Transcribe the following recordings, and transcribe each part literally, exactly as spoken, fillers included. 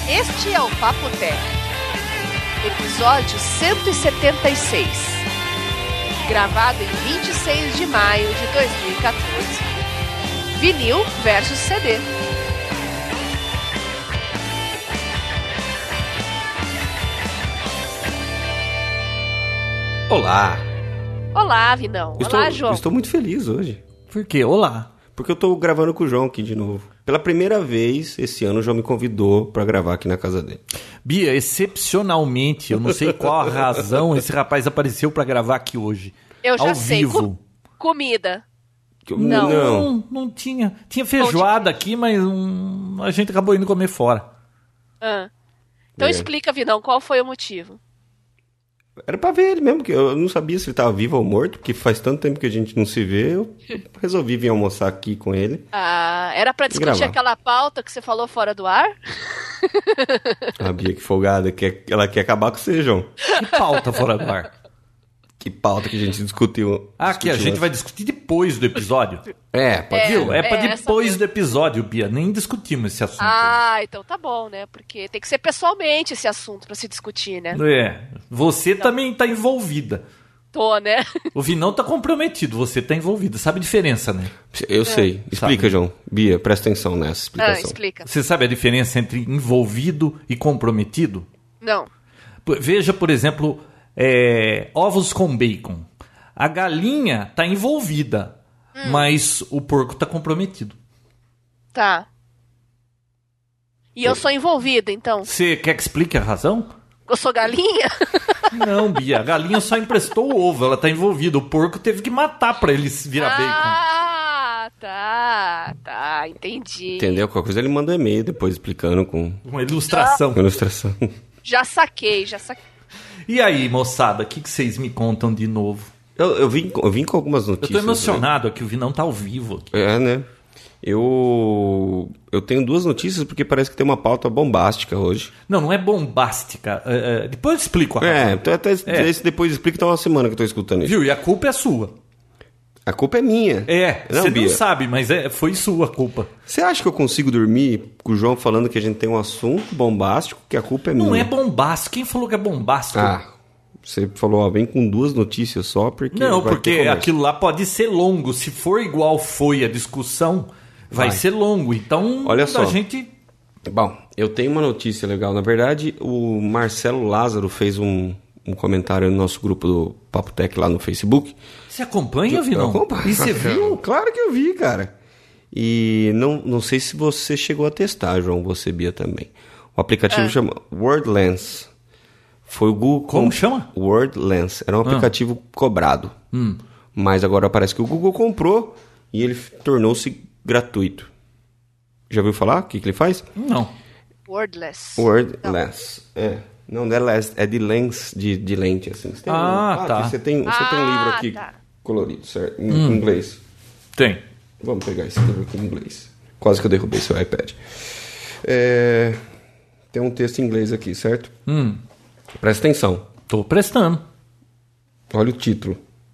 Este é o Papo Tech, episódio cento e setenta e seis, gravado em vinte e seis de maio de dois mil e quatorze. Vinil versus C D. Olá! Olá, Vinão. Estou, Olá, João. Estou muito feliz hoje. Por quê? Olá. Porque eu estou gravando com o João aqui de novo. Pela primeira vez esse ano o João me convidou para gravar aqui na casa dele. Bia, excepcionalmente, eu não sei qual a razão esse rapaz apareceu para gravar aqui hoje. Eu já ao sei. Vivo. Com- comida. Eu- Não. Não, não tinha. Tinha feijoada aqui, mas hum, a gente acabou indo comer fora. Ah. Então É. explica, Vinão, qual foi o motivo? Era pra ver ele mesmo, que eu não sabia se ele estava vivo ou morto, porque faz tanto tempo que a gente não se vê, eu resolvi vir almoçar aqui com ele. Ah, era pra discutir Gravar. aquela pauta que você falou fora do ar? A Bia, que folgada, quer, ela quer acabar com você, João. Que pauta fora do ar. Que pauta que a gente discutiu. Ah, que a discutiu gente antes. vai discutir depois do episódio. É, pode É. ser. Viu? É pra É, essa depois mesmo. do episódio, Bia. Nem discutimos esse assunto. Ah, então tá bom, né? Porque tem que ser pessoalmente esse assunto pra se discutir, né? É. Você também tá envolvida. Tô, né? O Vinão tá comprometido, você tá envolvida. Sabe a diferença, né? Eu sei. Explica, Sabe. João. Bia, presta atenção nessa Ah, explicação. explica. Você sabe a diferença entre envolvido e comprometido? Não. P- Veja, por exemplo, é, ovos com bacon. A galinha tá envolvida, mas o porco tá comprometido. Tá. E eu sou envolvida, então? Você quer que explique a razão? Eu sou galinha? Não, Bia, a galinha só emprestou o ovo, ela tá envolvida. O porco teve que matar pra ele virar Ah, tá. Tá, entendi. Entendeu? Qualquer coisa ele manda um e-mail depois explicando com bacon. Uma ilustração. com ilustração. Já saquei, já saquei. E aí, moçada, o que, que vocês me contam de novo? Eu, eu, vim, eu vim com algumas Eu notícias. tô emocionado aqui, o Vinão tá ao vivo aqui. Né? É, né? Eu, eu tenho duas notícias porque parece que tem uma pauta bombástica hoje. Não, não é bombástica. É, é, depois eu explico a razão. É, então até É. esse depois explica, tá uma semana que eu tô escutando isso. Viu? E a culpa é sua. A culpa é minha. É, Não, você não Bia. sabe, mas é, foi sua culpa. Você acha que eu consigo dormir com o João falando que a gente tem um assunto bombástico, que a culpa é Não minha? é bombástico. Quem falou que é bombástico? Ah, você falou, ó, vem com duas notícias só, porque não, vai ter porque conversa. aquilo lá pode ser longo. Se for igual foi a discussão, vai, Vai. ser longo. Então, Olha a só. gente... Bom, eu tenho uma notícia legal. Na verdade, o Marcelo Lázaro fez um, um comentário no nosso grupo do Papo Tech lá no Facebook. Você acompanha, Vinão? Eu acompanho. E você viu? Claro que eu vi, cara. E não, não sei se você chegou a testar, João, você, Bia, também. O aplicativo Ah. chama WordLens. Foi o Google... Como com- chama? WordLens. Era um aplicativo cobrado. Hum. Mas agora parece que o Google comprou e ele f- tornou-se gratuito. Já ouviu falar? O que, que ele faz? Não. Wordless. WordLens. É. Não, não é lens, é de lens, de, de lente, assim. Você tem Ah, um, tá. aqui você tem, você tem um livro Ah, aqui tá. colorido, certo? Em Hum. inglês. Tem. Vamos pegar esse livro aqui em inglês. Quase que eu derrubei seu iPad. É, tem um texto em inglês aqui, certo? Hum. Presta atenção. Tô prestando. Olha o título.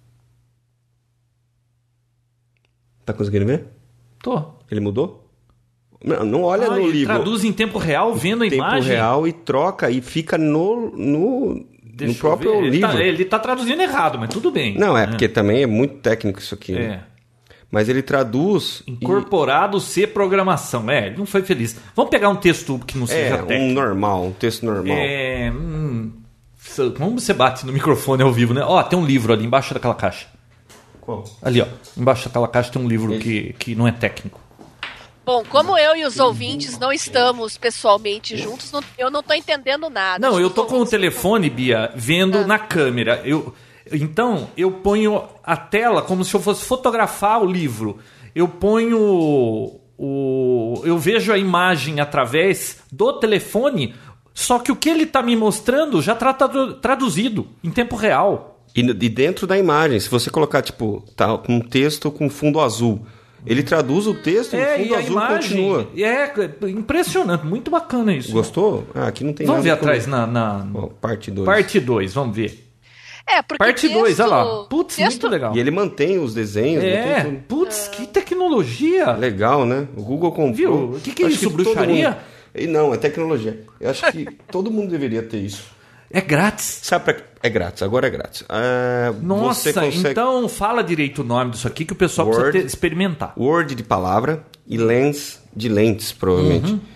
Tá conseguindo ver? Tô. Ele mudou? Não, não olha Ah, no ele livro. traduz em tempo real, vendo a Tempo imagem. real e troca e fica no, no, Deixa no eu próprio ver. Ele livro. tá, ele tá traduzindo errado, mas tudo bem. Não, é porque também é muito técnico isso aqui. É. Né? Mas ele traduz... e- Incorporado C programação. É, ele não foi feliz. Vamos pegar um texto que não seja É, um técnico. normal, um texto normal. É, hum, como você bate no microfone ao vivo, né? Ó, tem um livro ali embaixo daquela caixa. Qual? Ali, ó. Embaixo daquela caixa tem um livro que, que não é técnico. Bom, como eu e os ouvintes não estamos pessoalmente juntos, não- eu não tô entendendo nada. Não, Acho eu que tô os com o ouvintes- telefone, Bia, vendo Ah. na câmera. Eu, então, eu ponho a tela como se eu fosse fotografar o livro. Eu ponho o... Eu vejo a imagem através do telefone, só que o que ele tá me mostrando já tá tradu- traduzido em tempo real. E, no- e dentro da imagem, se você colocar, tipo, tá, um texto com fundo azul, ele traduz o texto e É, o fundo e a azul imagem continua. é impressionante, muito bacana isso. Gostou? Ah, aqui não tem Vamos ver nada. atrás na, na Ó, parte dois. parte dois, vamos ver. É, porque Parte dois, texto- olha lá. Putz, texto- muito legal. E ele mantém os desenhos. É, mantém tudo. putz, que tecnologia. Legal, né? O Google comprou. Viu? O que, que é Acho isso, todo bruxaria? mundo- E não, é tecnologia. Eu acho que todo mundo deveria ter isso. É grátis? Sabe pra... É grátis, agora é grátis. É, Nossa, você consegue... então fala direito o nome disso aqui que o pessoal Word, precisa ter, experimentar. Word de palavra e Lens de lentes, provavelmente. Uhum.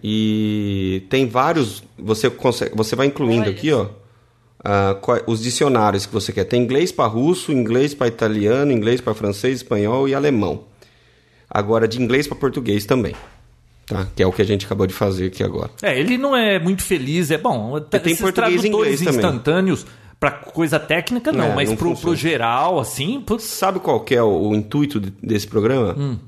E tem vários... Você, consegue, você vai incluindo Olha. aqui, ó, uh, os dicionários que você quer. Tem inglês para russo, inglês para italiano, inglês para francês, espanhol e alemão. Agora, de inglês para português também. Tá? Que é o que a gente acabou de fazer aqui agora. É, ele não é muito feliz, é bom. Tem esses português e inglês também. instantâneos para coisa técnica não, É, mas não pro, funciona. pro geral, assim, putz, Sabe qual que é o, o intuito de- desse programa? Hum.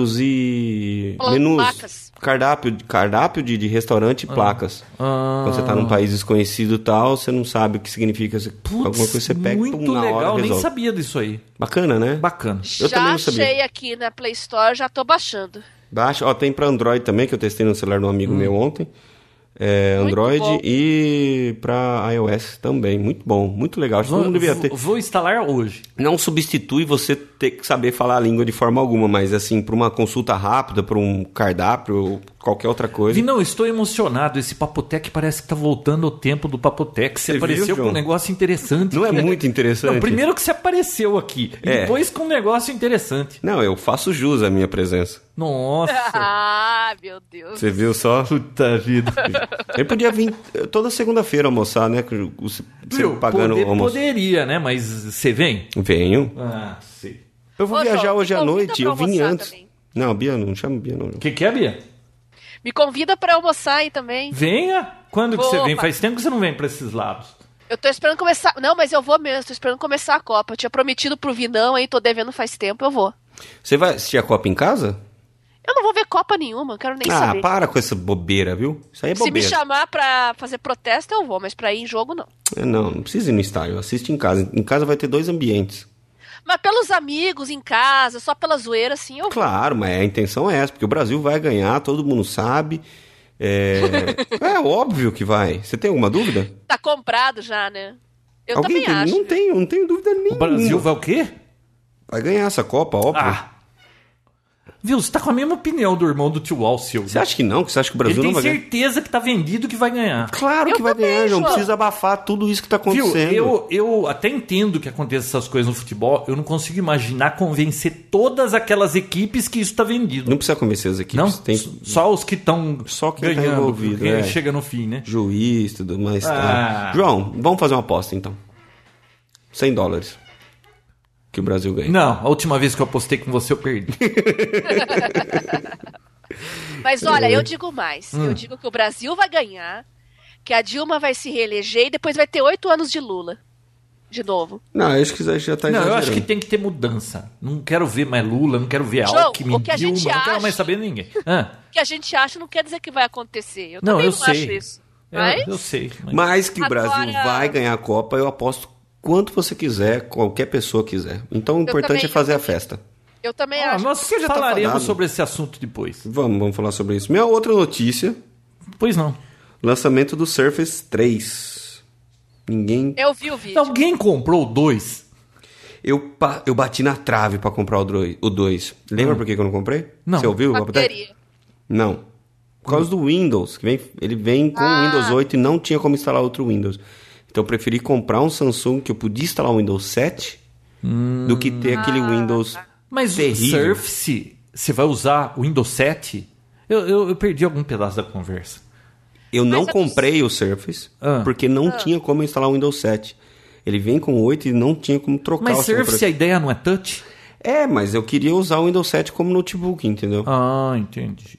Traduzir Pla- menus, placas. cardápio, cardápio de, de restaurante e placas. Ah. Quando você tá num país desconhecido e tal, você não sabe o que significa. Você, putz, alguma coisa você pega muito pum, na legal, hora nem resolve. sabia disso aí. Bacana, né? Bacana. Eu já também não sabia. achei aqui na Play Store, já tô baixando. Baixa, ó, tem pra Android também, que eu testei no celular de um amigo meu ontem. É, Muito Android bom. e pra iOS também. Muito bom, muito legal. Acho que todo Vou, mundo devia vou- ter. vou instalar hoje. Não substitui você ter que saber falar a língua de forma alguma, mas assim, para uma consulta rápida, para um cardápio ou qualquer outra coisa. Vi, não, estou emocionado. Esse Papotec parece que tá voltando ao tempo do Papotec. Você Você apareceu viu, com um João? negócio interessante. Não é muito interessante? Não, primeiro que você apareceu aqui. E É. depois com um negócio interessante. Não, eu faço jus à minha presença. Nossa. Ah, meu Deus. Você viu só? Puta vida. Ele podia vir toda segunda-feira almoçar, né? que Você Viu, pagando poder- o almoço. Poderia, né? Mas você vem? Venho. Ah, sei. Eu vou Ô, viajar João, hoje me à convida noite. pra Eu vim almoçar antes. também. Não, Bia, não chama Bia, não. O que, que é, Bia? Me convida pra almoçar aí também. Venha. Quando que você Opa. vem? Faz tempo que você não vem pra esses lados. Eu tô esperando começar. Não, mas eu vou mesmo, tô esperando começar a Copa. Eu tinha prometido pro Vinão aí, tô devendo faz tempo, eu vou. Você vai assistir a Copa em casa? Eu não vou ver Copa nenhuma, eu quero nem ah, saber. para com essa bobeira, viu? Isso aí é Se me bobeira. chamar pra fazer protesto, eu vou, mas pra ir em jogo, não. É, Não, não precisa ir no estádio. Assiste em casa. Em casa vai ter dois ambientes. Mas pelos amigos, em casa, só pela zoeira, assim, eu vou. Claro, mas a intenção é essa, porque o Brasil vai ganhar, todo mundo sabe. É, é óbvio que vai. Você tem alguma dúvida? Tá comprado já, né? Eu Alguém também tem? acho. Não tenho, não tenho dúvida nenhuma. O Brasil vai o quê? Vai ganhar essa Copa, óbvio. Ah. Viu, você tá com a mesma opinião do irmão do tio Alceu. Você acha que não? Que você acha que o Brasil Ele não tem vai ganhar? certeza que tá vendido que vai ganhar. Claro Eu que vai também, ganhar, João. João. Precisa abafar tudo isso que tá Viu, acontecendo. eu, eu até entendo que aconteça essas coisas no futebol. Eu não consigo imaginar convencer todas aquelas equipes que isso tá vendido. Não precisa convencer as equipes. Não? Tem Só os que estão Só quem tá ganhando, envolvido, porque é. chega no fim, né? juiz, tudo mais. Ah. Tá. João, vamos fazer uma aposta então. cem dólares. Que o Brasil ganha. Não, a última vez que eu apostei com você eu perdi. Mas olha, É. eu digo mais. Hum. Eu digo que o Brasil vai ganhar, que a Dilma vai se reeleger e depois vai ter oito anos de Lula. De novo. Não, eu acho que já tá Não, eu exagerando. acho que tem que ter mudança. Não quero ver mais Lula, não quero ver João, Alckmin, o que a Dilma, gente não quero acha- mais saber de ninguém. Ah, O que a gente acha não quer dizer que vai acontecer. Eu não, também eu não sei. acho isso. Eu, Mas eu sei. mas- Mas que o Agora- Brasil vai ganhar a Copa, eu aposto quanto você quiser, qualquer pessoa quiser. Então o importante também, é fazer eu a festa. eu também Ah, acho. nós Você já tá falaremos fadado. sobre esse assunto depois. Vamos, vamos falar sobre isso. Minha outra notícia, Pois não. lançamento do Surface três. Ninguém... Eu vi o vídeo. Alguém comprou dois? Eu, pa- eu bati na trave pra comprar o dois. O dois. Lembra por que que eu não comprei? Não. Você ouviu? o Papo Tech? Bateria. Não. Por causa do Windows. Que vem, ele vem com o Ah. Windows oito e não tinha como instalar outro Windows. Então eu preferi comprar um Samsung que eu podia instalar o Windows sete do que ter aquele Windows Mas terrível. o Surface, você vai usar o Windows sete? Eu, eu, eu perdi algum pedaço da conversa. Eu não Mas é comprei o Surface Ah. porque não tinha como instalar o Windows sete. Ele vem com oito e não tinha como trocar Mas o sistema Surface, a ideia não é touch? É, mas eu queria usar o Windows sete como notebook, entendeu? Ah, entendi.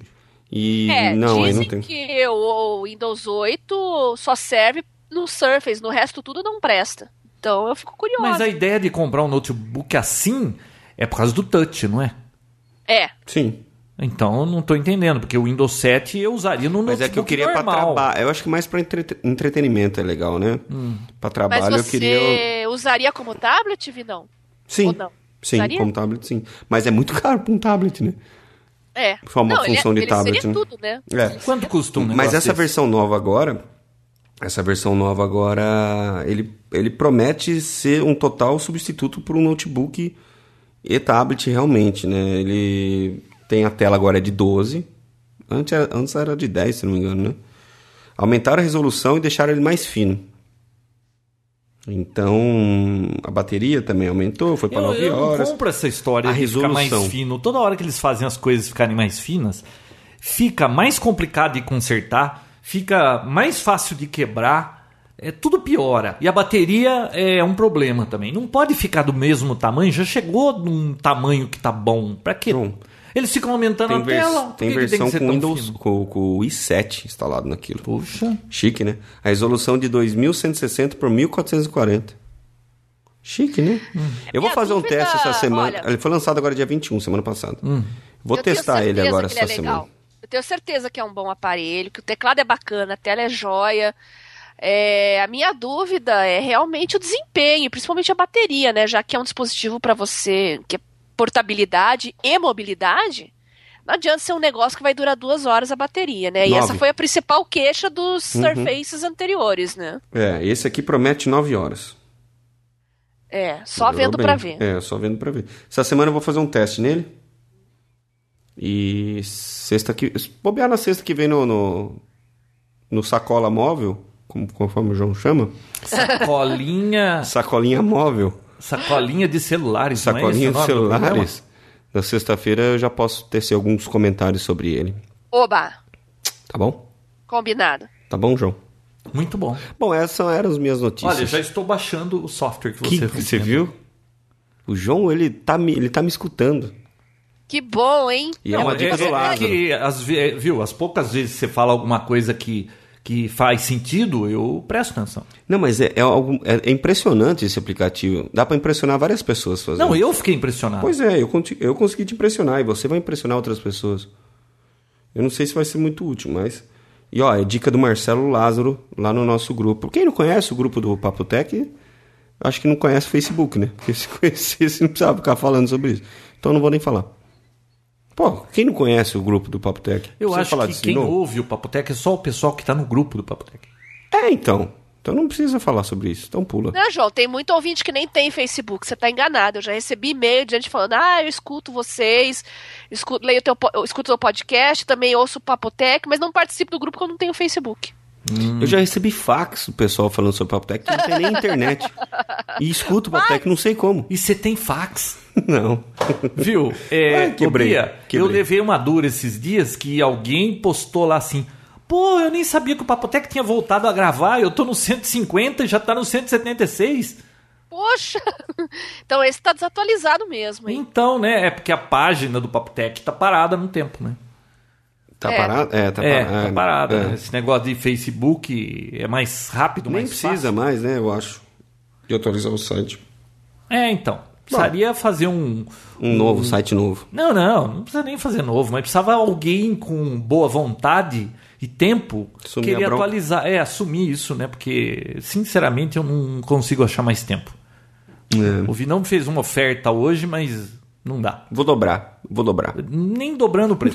E É, não, aí não dizem tem. que o Windows oito só serve no Surface, no resto tudo não presta. Então eu fico curiosa. Mas a ideia de comprar um notebook assim é por causa do touch, não é? É. Sim. Então eu não tô entendendo, porque o Windows sete eu usaria no Mas notebook é que eu queria pra normal. trabalho. Eu acho que mais pra entrete- entretenimento é legal, né? Hum. Pra Mas trabalho eu você queria. usaria como tablet, Vinão? Sim. Ou não? Sim, Usaria? como tablet, sim. Mas é muito caro pra um tablet, né? É. Foi uma não, ele é- função de ele tablet, seria né? tudo, né? É. Quanto custa um negócio Mas essa desse? versão nova agora, essa versão nova agora, ele, ele promete ser um total substituto para um notebook e tablet realmente, né? Ele tem a tela agora de doze, Antes era, antes era de dez, se não me engano, né? Aumentaram a resolução e deixaram ele mais fino. Então, a bateria também aumentou, foi para nove horas. Eu não compro essa história a de resolução. ficar mais fino. Toda hora que eles fazem as coisas ficarem mais finas, fica mais complicado de consertar, fica mais fácil de quebrar, é, tudo piora. E a bateria é um problema também. Não pode ficar do mesmo tamanho, já chegou num tamanho que tá bom. Pra quê? Bom, eles ficam aumentando tem a vers- tela. Por Tem que que versão tem que ser com, tão Windows, fino? com, com o i sete instalado naquilo. Puxa. Chique, né? A resolução de dois mil cento e sessenta por mil quatrocentos e quarenta. Chique, né? Hum. Eu vou Minha fazer um dúvida, teste essa semana. olha- Ele foi lançado agora dia vinte e um, semana passada. Hum. Vou Eu tenho testar ele certeza agora que essa ele é semana. legal. Eu tenho certeza que é um bom aparelho, que o teclado é bacana, a tela é joia. É, a minha dúvida é realmente o desempenho, principalmente a bateria, né? Já que é um dispositivo para você, que é portabilidade e mobilidade, não adianta ser um negócio que vai durar duas horas a bateria, né? E Nove. essa foi a principal queixa dos Uhum. Surfaces anteriores, né? É, esse aqui promete nove horas. É, só Melhorou vendo bem. pra ver. É, só vendo pra ver. Essa semana eu vou fazer um teste nele. E sexta que... bobear na sexta que vem no, no, no sacola móvel, como, conforme o João chama. Sacolinha, Sacolinha móvel. sacolinha de celulares. não é Sacolinha esse o de nome do programa? celulares. Na sexta-feira eu já posso tecer alguns comentários sobre ele. Oba, Tá bom? combinado. Tá bom, João? Muito bom. Bom, essas eram as minhas notícias. Olha, já estou baixando o software que Que, você você recomendou. viu? O João, ele tá, me, ele tá me escutando. Que bom, hein? E é uma dica do Lázaro. que, as, ve- viu, as poucas vezes que você fala alguma coisa que, que faz sentido, eu presto atenção. Não, mas é, é, algo, é, é impressionante esse aplicativo. Dá pra impressionar várias pessoas fazendo. Não, eu fiquei impressionado. Pois é, eu, conti- eu consegui te impressionar e você vai impressionar outras pessoas. Eu não sei se vai ser muito útil, mas... E ó, é dica do Marcelo Lázaro lá no nosso grupo. Quem não conhece o grupo do Papo Tech, acho que não conhece o Facebook, né? Porque se conhecesse, não precisava ficar falando sobre isso. Então eu não vou nem falar. Pô, quem não conhece o grupo do Papo Tech? Eu Precisa acho falar que disso quem de novo? ouve o Papotec é só o pessoal que está no grupo do Papotec. É, então. Então não precisa falar sobre isso. Então pula. Não, João, tem muito ouvinte que nem tem Facebook, você tá enganado. Eu já recebi e-mail de gente falando, ah, eu escuto vocês, escuto, leio teu, po- eu escuto o podcast, também ouço o Papotec, mas não participo do grupo porque eu não tenho Facebook. Eu já recebi fax do pessoal falando sobre o Papo Tech que não tem nem internet. E escuto o Papo Tech, não sei como. E você tem fax. Não. Viu? É, Ah, quebrei, ô, Bia, quebrei. eu levei uma dura esses dias que alguém postou lá assim, pô, eu nem sabia que o Papotec tinha voltado a gravar, eu tô no cento e cinquenta e já tá no cento e setenta e seis. Poxa! Então esse tá desatualizado mesmo, hein? Então, né, é porque a página do Papotec tá parada no tempo, né? Tá É. parado? É, tá é, parado. tá parada. É. Né? Esse negócio de Facebook é mais rápido, Nem mais precisa fácil. mais, né, eu acho, de atualizar o site. É, então. Precisaria fazer um... Um novo, site novo. Não, não, não precisa nem fazer novo, mas precisava alguém com boa vontade e tempo Assumir querer a bronca. atualizar, é, assumir isso, né? Porque, sinceramente, eu não consigo achar mais tempo. É. O Vinão fez uma oferta hoje, mas não dá. Vou dobrar, vou dobrar. Nem dobrando o preço.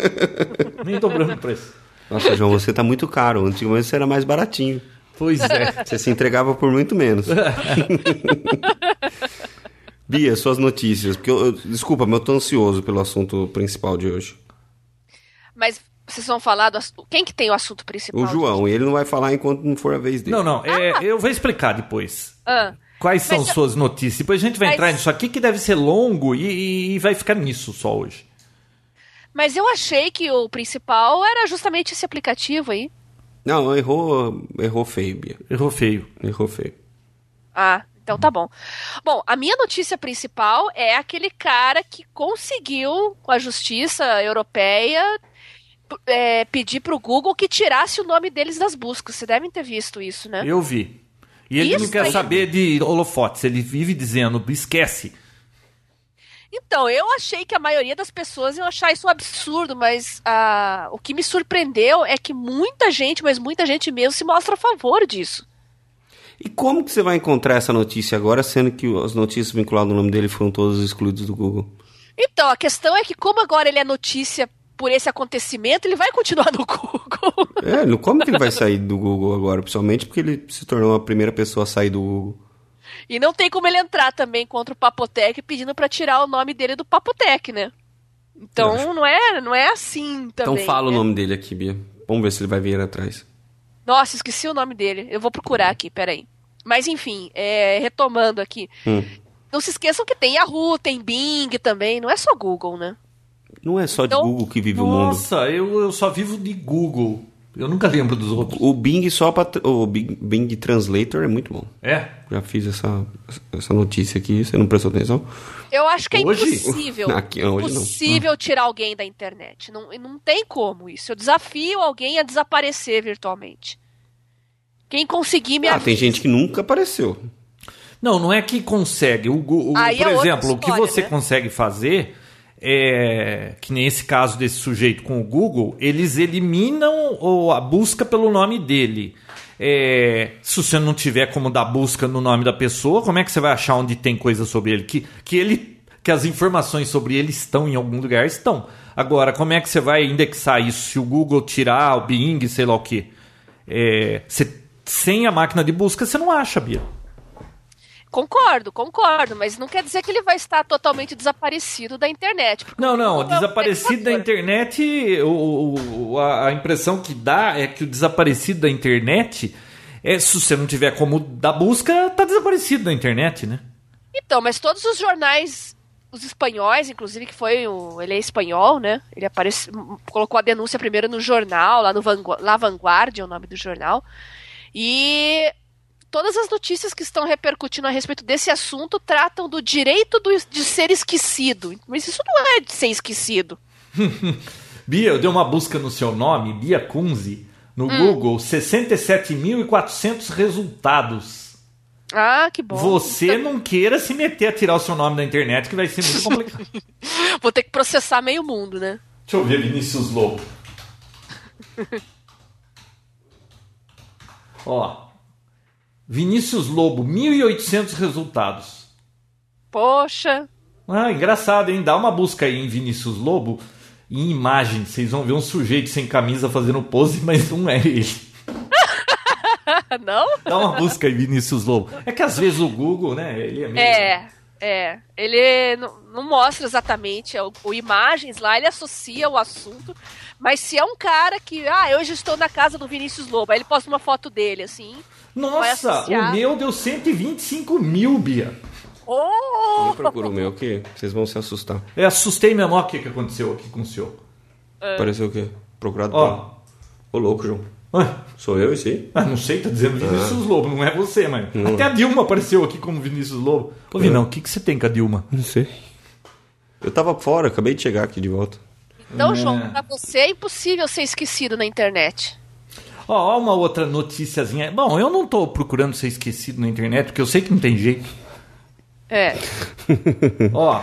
Nem dobrando o preço. Nossa, João, você tá muito caro. Antigamente você era mais baratinho. Pois é. Você se entregava por muito menos. Bia, suas notícias. Porque eu, eu- desculpa, mas eu tô ansioso pelo assunto principal de hoje. Mas vocês vão falar do assunto. Quem que tem o assunto principal? O João, e ele não vai falar enquanto não for a vez dele. Não, não, é, eu vou explicar depois. Ah, Quais são Mas- suas notícias? Depois a gente vai Mas- entrar nisso aqui, que deve ser longo e, e vai ficar nisso só hoje. mas eu achei que o principal era justamente esse aplicativo aí. Não, errou, errou feio, Bia. Errou feio. Errou feio. Ah, então tá bom. Bom, a minha notícia principal é aquele cara que conseguiu, com a justiça europeia, p- é, pedir pro Google que tirasse o nome deles das buscas. Vocês devem ter visto isso, né? Eu vi. E ele não Isso quer aí. saber de holofotes, ele vive dizendo, esquece. Então, eu achei que a maioria das pessoas iam achar isso um absurdo, mas ah, o que me surpreendeu é que muita gente, mas muita gente mesmo, se mostra a favor disso. E como que você vai encontrar essa notícia agora, sendo que as notícias vinculadas ao nome dele foram todas excluídas do Google? Então, a questão é que como agora ele é notícia por esse acontecimento, ele vai continuar no Google. É, não- como que ele vai sair do Google agora? Principalmente porque ele se tornou a primeira pessoa a sair do Google. E não tem como ele entrar também contra o Papotec pedindo pra tirar o nome dele do Papotec, né? Então não é, não é assim também. Então fala né? o nome dele aqui, Bia. Vamos ver se ele vai vir atrás. Nossa, esqueci o nome dele. Eu vou procurar aqui, peraí. Mas enfim, é, retomando aqui. Hum. Não se esqueçam que tem Yahoo, tem Bing também. Não é só Google, né? Não é só de Então, Google que vive o mundo. Nossa, eu, eu só vivo de Google. Eu nunca lembro dos outros. O Bing só pra, o Bing, Bing Translator é muito bom. É? Já fiz essa, essa notícia aqui, você não prestou atenção? Eu acho que é Hoje? impossível. Aqui, hoje não. impossível tirar alguém da internet. Não, não tem como isso. Eu desafio alguém a desaparecer virtualmente. Quem conseguir me Ah, avisa. tem gente que nunca apareceu. Não, não é que consegue. O, o, Aí por é outra exemplo, o que história, você né? consegue fazer é que nem esse caso desse sujeito com o Google, eles eliminam o, a busca pelo nome dele. É, se você não tiver como dar busca no nome da pessoa, como é que você vai achar onde tem coisa sobre ele? Que, que ele que as informações sobre ele estão em algum lugar? Estão. Agora, como é que você vai indexar isso? Se o Google tirar, o Bing, sei lá o quê? É, você, sem a máquina de busca, você não acha, Bia. Concordo, concordo, mas não quer dizer que ele vai estar totalmente desaparecido da internet. Não, não, Google é um desaparecido da indexador. internet, o, o- a, a impressão que dá é que o desaparecido da internet, é, se você não tiver como dar busca, tá desaparecido da internet, né? Então, mas todos os jornais, os espanhóis, inclusive, que foi o, ele é espanhol, né? Ele aparece, colocou a denúncia primeiro no jornal, lá no Vangu- La Vanguardia, é o nome do jornal. E todas as notícias que estão repercutindo a respeito desse assunto tratam do direito do- de ser esquecido. Mas isso não é de ser esquecido. Bia, eu dei uma busca no seu nome, Bia Kunze, no Google, sessenta e sete mil e quatrocentos resultados. Ah, que bom. Você não queira se meter a tirar o seu nome da internet, que vai ser muito complicado. Vou ter que processar meio mundo, né? Deixa eu ver, Vinícius Lobo. Ó, Vinícius Lobo, mil e oitocentos resultados. Poxa. Ah, engraçado, hein? Dá uma busca aí em Vinícius Lobo, em imagem. Vocês vão ver um sujeito sem camisa fazendo pose, mas não é ele. Não? Dá uma busca aí, Vinícius Lobo. É que às vezes o Google, né? Ele é meio... É, é. Ele não, não mostra exatamente o, o imagens lá, ele associa o assunto. Mas se é um cara que, ah, hoje estou na casa do Vinícius Lobo, aí ele posta uma foto dele, assim. vai Nossa, associar. o meu deu cento e vinte e cinco mil, Bia. Oh! Não procura o meu aqui, vocês vão se assustar. Eu assustei mesmo. Olha o que, que aconteceu aqui com o seu. Apareceu o quê? Procurado Ó. por... Ô, louco, João. Ué? Sou eu esse aí? Ah, não sei, tá dizendo Vinícius Lobo, não é você, mas. Não. Até a Dilma apareceu aqui como Vinícius Lobo. Ô, Vinão, o que, que você tem com a Dilma? Não sei. Eu tava fora, acabei de chegar aqui de volta. Então, É. João, pra você é impossível ser esquecido na internet. Ó, ó, uma outra noticiazinha. Bom, eu não tô procurando ser esquecido na internet, porque eu sei que não tem jeito. É. Ó,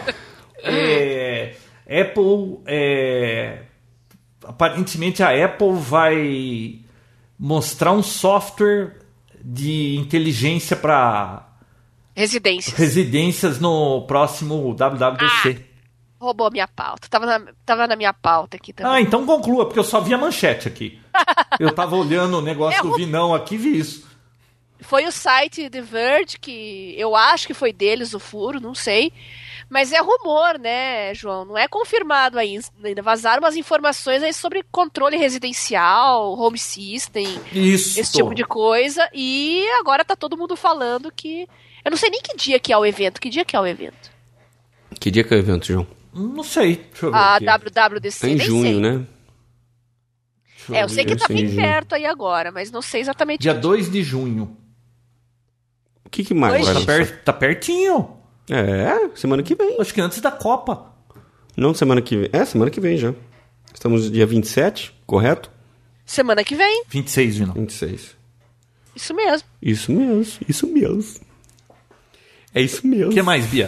é, Apple, é, aparentemente a Apple vai mostrar um software de inteligência para Residências. residências no próximo W W D C. Roubou a minha pauta. Tava na, tava na minha pauta aqui também. Ah, então conclua, porque eu só vi a manchete aqui. Eu tava olhando o negócio É, do o- Vinão aqui e vi isso. Foi o site The Verge, que eu acho que foi deles o furo, não sei. Mas é rumor, né, João? Não é confirmado ainda. Vazaram umas informações aí sobre controle residencial, home system, Isso. esse tipo de coisa. E agora tá todo mundo falando que... Eu não sei nem que dia que é o evento. Que dia que é o evento? Que dia que é o evento, João? Não sei, deixa eu ver A aqui. W W D C, É em nem junho, sei. né? Deixa É, eu sei que Deve tá ser em bem junho. perto aí agora, mas não sei exatamente. Dia que dois de junho. O que, que mais Dois vai Tá, dias. lançar? per- tá pertinho. É, semana que vem. Acho que antes da Copa. Não semana que vem. É, semana que vem já. Estamos no dia vinte e sete, correto? Semana que vem, vinte e seis, Vinão. vinte e seis. isso mesmo. Isso mesmo, isso mesmo. É isso mesmo. O que mais, Bia?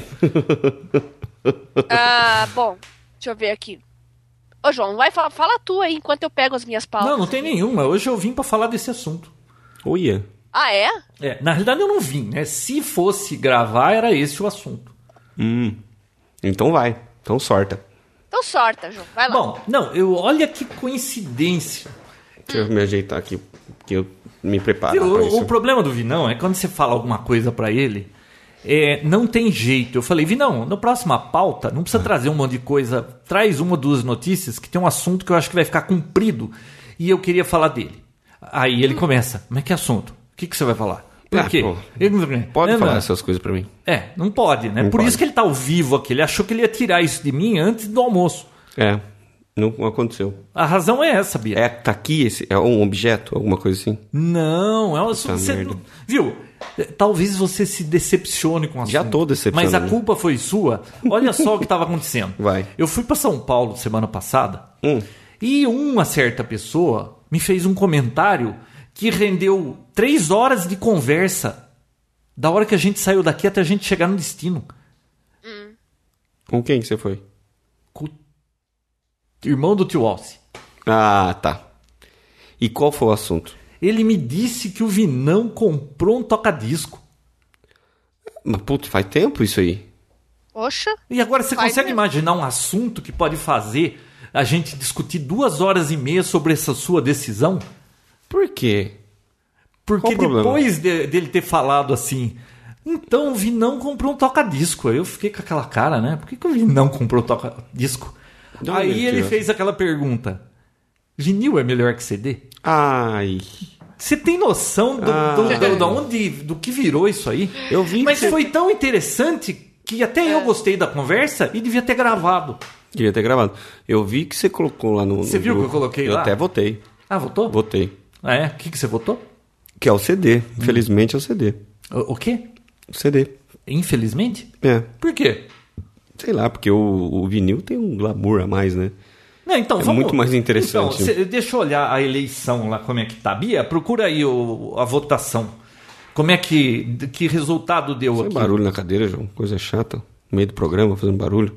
Ah, bom, deixa eu ver aqui. Ô, João, vai, fala, fala tu aí enquanto eu pego as minhas pautas. Não, não tem nenhuma. Hoje eu vim pra falar desse assunto. Olha. Ah, é? É, na realidade eu não vim, né? Se fosse gravar, era esse o assunto. Hum. Então vai. Então sorta. Então sorta, João. Vai lá. Bom, não, eu olha que coincidência. Deixa eu me ajeitar aqui, que eu me preparo Viu, pra o, isso. o problema do Vinão é quando você fala alguma coisa pra ele, É, não tem jeito. Eu falei, Vinão, na próxima pauta, não precisa trazer um monte de coisa. Traz uma ou duas notícias que tem um assunto que eu acho que vai ficar comprido. E eu queria falar dele. Aí ele começa, mas que assunto? O que, que você vai falar? Por Ah, quê? pô, Ele- Pode Não, falar não. essas coisas pra mim. É, não pode, né? Não Por pode. isso que ele tá ao vivo aqui. Ele achou que ele ia tirar isso de mim antes do almoço. É, não aconteceu. A razão é essa, Bia. É, tá aqui, esse, é um objeto, alguma coisa assim? Não, é uma Puta você merda. não- viu? Talvez você se decepcione com a Já tô decepcionado. Mas a culpa foi sua. Olha só o que estava acontecendo. Vai. Eu fui para São Paulo semana passada Hum. e uma certa pessoa me fez um comentário que rendeu três horas de conversa da hora que a gente saiu daqui até a gente chegar no destino. Com quem que você foi? Com o irmão do tio Alce. Ah, tá. E qual foi o assunto? Ele me disse que o Vinão comprou um toca-disco. Mas, putz, faz tempo isso aí. Poxa. E agora você Faz consegue mesmo. imaginar um assunto que pode fazer a gente discutir duas horas e meia sobre essa sua decisão? Por quê? Porque Qual o problema? depois de- dele ter falado assim, então o Vinão comprou um toca-disco. Aí eu fiquei com aquela cara, né? Por que, que o Vinão comprou um toca-disco? De onde Aí ele ele tirou? fez aquela pergunta: vinil é melhor que C D? Ai. Você tem noção do, Ah. do, do, da onde, do que virou isso aí? Eu vi Mas que você- foi tão interessante que até É. eu gostei da conversa e devia ter gravado. Devia ter gravado. Eu vi que você colocou lá no. Você no viu que eu grupo. coloquei eu lá? até votei. Ah, votou? Votei. Ah, é? O que, que você votou? Que é o C D. Infelizmente é o C D. O, o quê? O C D. Infelizmente? É. Por quê? Sei lá, porque o, o vinil tem um glamour a mais, né? Não, então, É vamos... muito mais interessante. Então, cê- deixa eu olhar a eleição lá, como é que tá. Bia, procura aí o, a votação. Como é que... Que resultado deu Faz aqui? barulho na cadeira, João. Coisa chata. No meio do programa, fazendo barulho.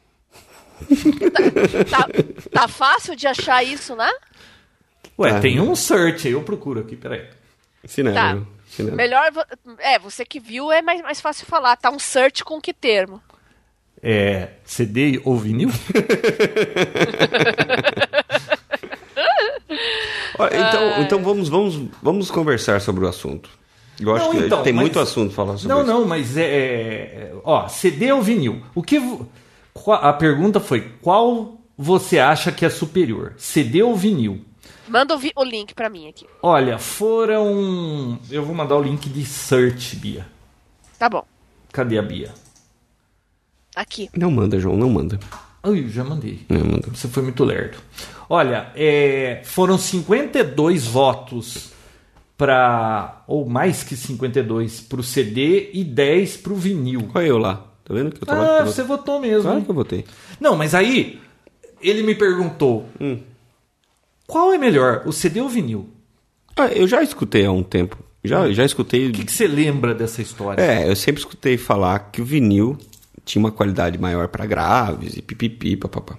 Tá, tá fácil de achar isso, né? Ué, Tá. tem um search aí, eu procuro aqui, peraí. Cinema. Tá. João. Cinema. Melhor. vo- É, você que viu é mais, mais fácil falar. Tá um search com que termo? É... C D ou vinil? Olha, então, então vamos, vamos, vamos conversar sobre o assunto. Eu acho Não, que então, tem mas- muito assunto falar sobre Não, isso. não, mas é, é... Ó, C D ou vinil? O que... vo- qual- A pergunta foi, qual você acha que é superior? C D ou vinil? Manda o, vi- o link pra mim aqui. Olha, foram... Eu vou mandar o link de search, Bia. Tá bom. Cadê a Bia? Aqui. Não manda, João, não manda. Ai, já mandei. Não manda. Você foi muito lerdo. Olha, é, foram cinquenta e dois votos para... Ou mais que cinquenta e dois para o C D e dez para o vinil. Qual é eu lá? Tá vendo que eu tô lá? Ah, Eu tô- você votou mesmo. Claro hein? que eu votei. Não, mas aí ele me perguntou, Hum. qual é melhor, o C D ou o vinil? Ah, eu já escutei há um tempo. Já, já escutei... O que, que você lembra dessa história? É, eu sempre escutei falar que o vinil tinha uma qualidade maior para graves e pipipi, papapá.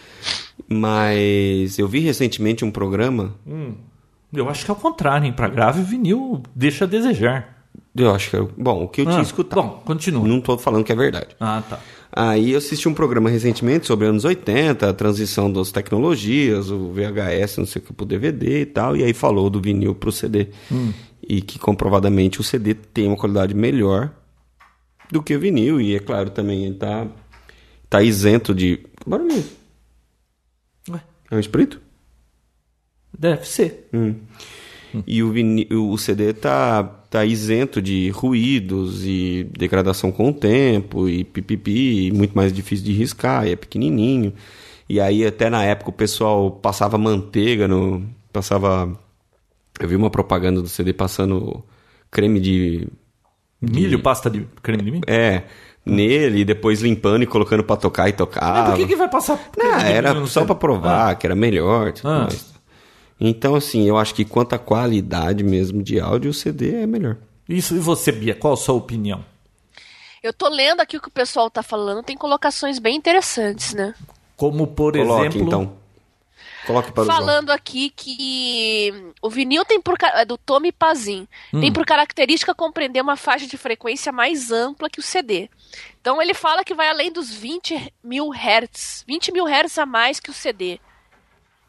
Mas eu vi recentemente um programa, Eu acho que é o contrário, hein? Para grave, o vinil deixa a desejar. eu acho que era, bom, o que eu Ah, tinha escutado. Bom, continua. Não tô falando que é verdade. Ah, tá. Aí eu assisti um programa recentemente sobre anos oitenta, a transição das tecnologias, o V H S, não sei o que, pro D V D e tal, e aí falou do vinil pro C D. E que comprovadamente o C D tem uma qualidade melhor do que o vinil, e é claro também ele tá, tá isento de... Que barulho? Ué, É um espírito? deve ser. Hum. E o, vini- o C D tá, tá isento de ruídos e degradação com o tempo e pipipi, e muito mais difícil de riscar, e é pequenininho. E aí até na época o pessoal passava manteiga no... Passava... Eu vi uma propaganda do C D passando creme de... Milho, pasta de creme de milho? É, nele, e depois limpando e colocando pra tocar e Mas tocava. por que, que vai passar creme Não, de milho era no só C D? pra provar que era melhor. Tudo Ah. mais. Então, assim, eu acho que quanto à qualidade mesmo de áudio, o C D é melhor. Isso, e você, Bia, qual a sua opinião? Eu tô lendo aqui o que o pessoal tá falando. Tem colocações bem interessantes, né? Como, por Coloque, exemplo... então. Coloque para o João. Falando aqui que o vinil tem por ca- é do Tommy Pazin tem por característica compreender uma faixa de frequência mais ampla que o C D. Então ele fala que vai além dos vinte mil hertz, vinte mil hertz a mais que o C D.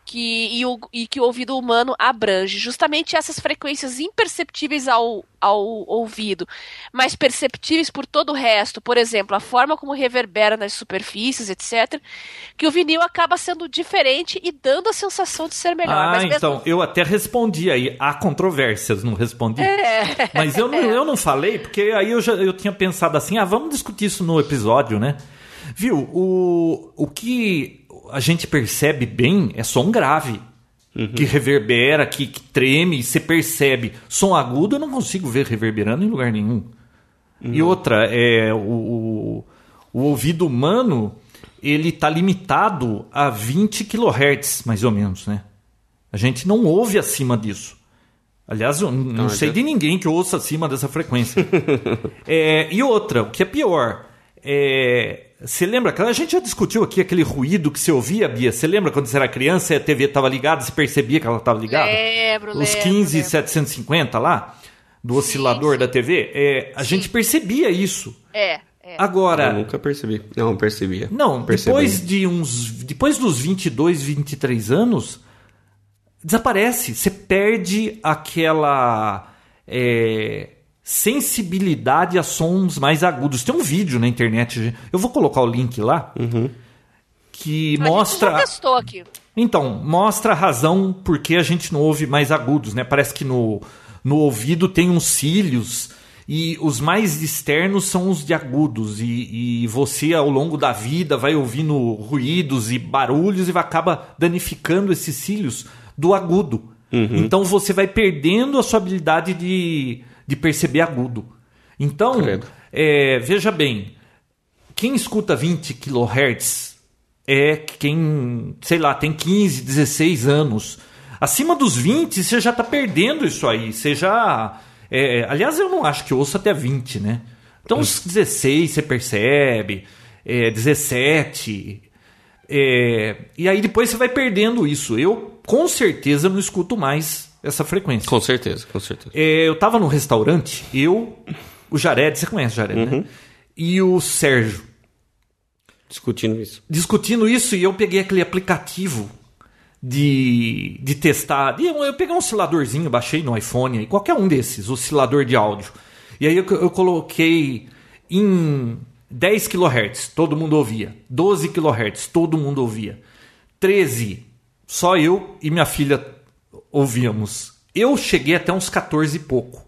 que, e, o, e que o ouvido humano abrange. Justamente essas frequências imperceptíveis ao, ao ouvido, mas perceptíveis por todo o resto. Por exemplo, a forma como reverbera nas superfícies, etcétera. Que o vinil acaba sendo diferente e dando a sensação de ser melhor. Ah, mas mesmo... então, eu até respondi aí. Há controvérsias, não respondi. É. Mas eu não, eu não falei, porque aí eu, já, eu tinha pensado assim, ah, vamos discutir isso no episódio, né? Viu, o, o que a gente percebe bem é som grave, uhum. que reverbera, que, que treme, você percebe. Som agudo eu não consigo ver reverberando em lugar nenhum. Uhum. E outra, é, o, o, o ouvido humano, ele está limitado a vinte quilohertz, mais ou menos, né? A gente não ouve acima disso. Aliás, eu não, não sei de ninguém que ouça acima dessa frequência. é, e outra, o que é pior, é... Você lembra? A gente já discutiu aqui aquele ruído que você ouvia, Bia. Você lembra quando você era criança e a T V estava ligada, você percebia que ela estava ligada? Lembro, Os lembro. quinze setecentos e cinquenta lá, do sim, oscilador sim. da T V, é, a sim. gente percebia isso. É, é. Agora... Eu nunca percebi. Não, percebia. Não, depois, de uns, depois dos vinte e dois, vinte e três anos, desaparece. Você perde aquela... É, sensibilidade a sons mais agudos. Tem um vídeo na internet, eu vou colocar o link lá, uhum. que a mostra... gente já testou aqui. Então, mostra a razão por que a gente não ouve mais agudos, né? Parece que no, no ouvido tem uns cílios e os mais externos são os de agudos e, e você, ao longo da vida, vai ouvindo ruídos e barulhos e acaba danificando esses cílios do agudo. Uhum. Então, você vai perdendo a sua habilidade de... de perceber agudo. Então, é, veja bem, quem escuta vinte quilohertz é quem, sei lá, tem quinze, dezesseis anos. Acima dos vinte, você já está perdendo isso aí. Você já... É, aliás, eu não acho que eu ouço até vinte, né? Então, os dezesseis você percebe, é, dezessete... É, e aí depois você vai perdendo isso. Eu, com certeza, não escuto mais essa frequência. Com certeza, com certeza. É, eu estava num restaurante, eu, o Jared, você conhece o Jared, uhum. né? E o Sérgio. Discutindo isso. Discutindo isso, e eu peguei aquele aplicativo de, de testar. Eu, eu peguei um osciladorzinho, baixei no iPhone, qualquer um desses, oscilador de áudio. E aí eu, eu coloquei em dez quilohertz, todo mundo ouvia. doze quilohertz, todo mundo ouvia. treze, só eu e minha filha ouvíamos. Eu cheguei até uns quatorze e pouco.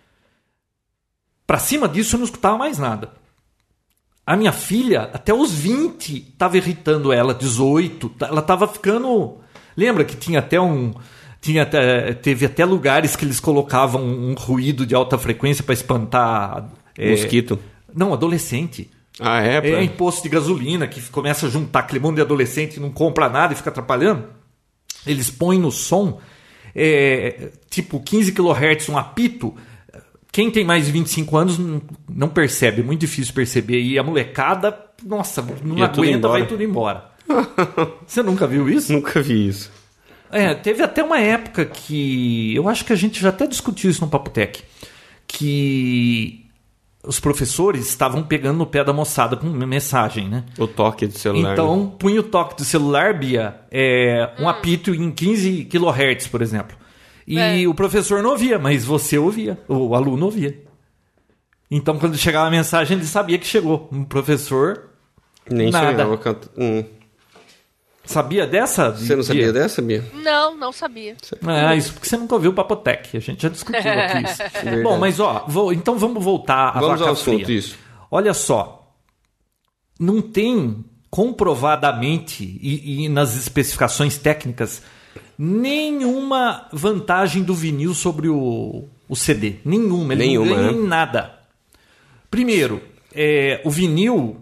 Pra cima disso eu não escutava mais nada. A minha filha, até os vinte, estava irritando ela, dezoito. Ela estava ficando... Lembra que tinha até um... Tinha até, teve até lugares que eles colocavam um ruído de alta frequência para espantar... Mosquito. É, não, adolescente. Ah, é? Pra... É imposto de gasolina, que começa a juntar aquele monte de adolescente e não compra nada e fica atrapalhando. Eles põem no som, é, tipo quinze quilohertz, um apito. Quem tem mais de vinte e cinco anos não percebe, é muito difícil perceber. E a molecada, nossa, não Ia aguenta, vai tudo embora. Você nunca viu isso? Nunca vi isso. É, teve até uma época que... Eu acho que a gente já até discutiu isso no Papo Tech. Que... os professores estavam pegando no pé da moçada com mensagem, né? O toque de celular. Então, né? punha o toque do celular, Bia, é, um hum. apito em quinze quilohertz, por exemplo. E é. o professor não ouvia, mas você ouvia, o aluno ouvia. Então, quando chegava a mensagem, ele sabia que chegou. Um professor, nem nada. chegava canta... hum. Sabia dessa? Você não sabia Bia? dessa, Bia? Não, não sabia. É, isso porque você nunca ouviu o Papotec. A gente já discutiu aqui isso. Bom, mas ó, vou, então vamos voltar à vamos vaca ao assunto, fria. isso. Olha só, não tem comprovadamente e, e nas especificações técnicas nenhuma vantagem do vinil sobre o, o C D. Nenhuma. Ele nenhuma, não ganha né? em nada. Primeiro, é, o vinil...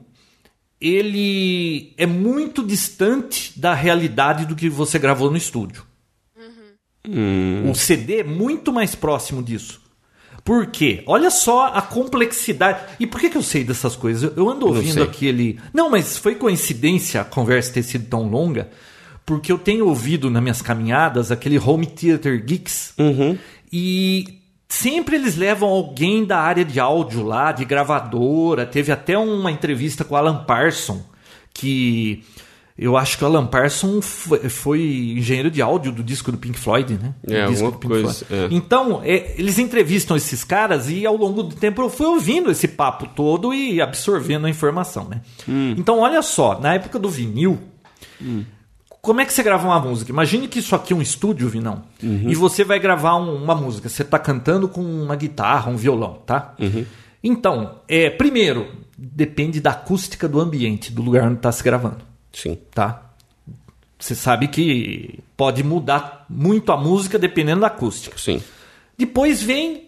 ele é muito distante da realidade do que você gravou no estúdio. Uhum. Hum. O C D é muito mais próximo disso. Por quê? Olha só a complexidade. E por que, que eu sei dessas coisas? Eu ando ouvindo aquele... Não, mas foi coincidência a conversa ter sido tão longa, porque eu tenho ouvido nas minhas caminhadas aquele Home Theater Geeks. Uhum. E... sempre eles levam alguém da área de áudio lá, de gravadora. Teve até uma entrevista com o Alan Parsons, que Eu acho que o Alan Parsons foi, foi engenheiro de áudio do disco do Pink Floyd, né? É, disco alguma coisa. É. Então, é, eles entrevistam esses caras e ao longo do tempo eu fui ouvindo esse papo todo e absorvendo a informação, né? Hum. Então, olha só, na época do vinil, hum. como é que você grava uma música? Imagine que isso aqui é um estúdio, Vinão, uhum. e você vai gravar um, uma música. Você está cantando com uma guitarra, um violão, tá? Uhum. Então, é, primeiro, depende da acústica do ambiente, do lugar onde está se gravando. Sim. Tá? Você sabe que pode mudar muito a música dependendo da acústica. Sim. Depois vem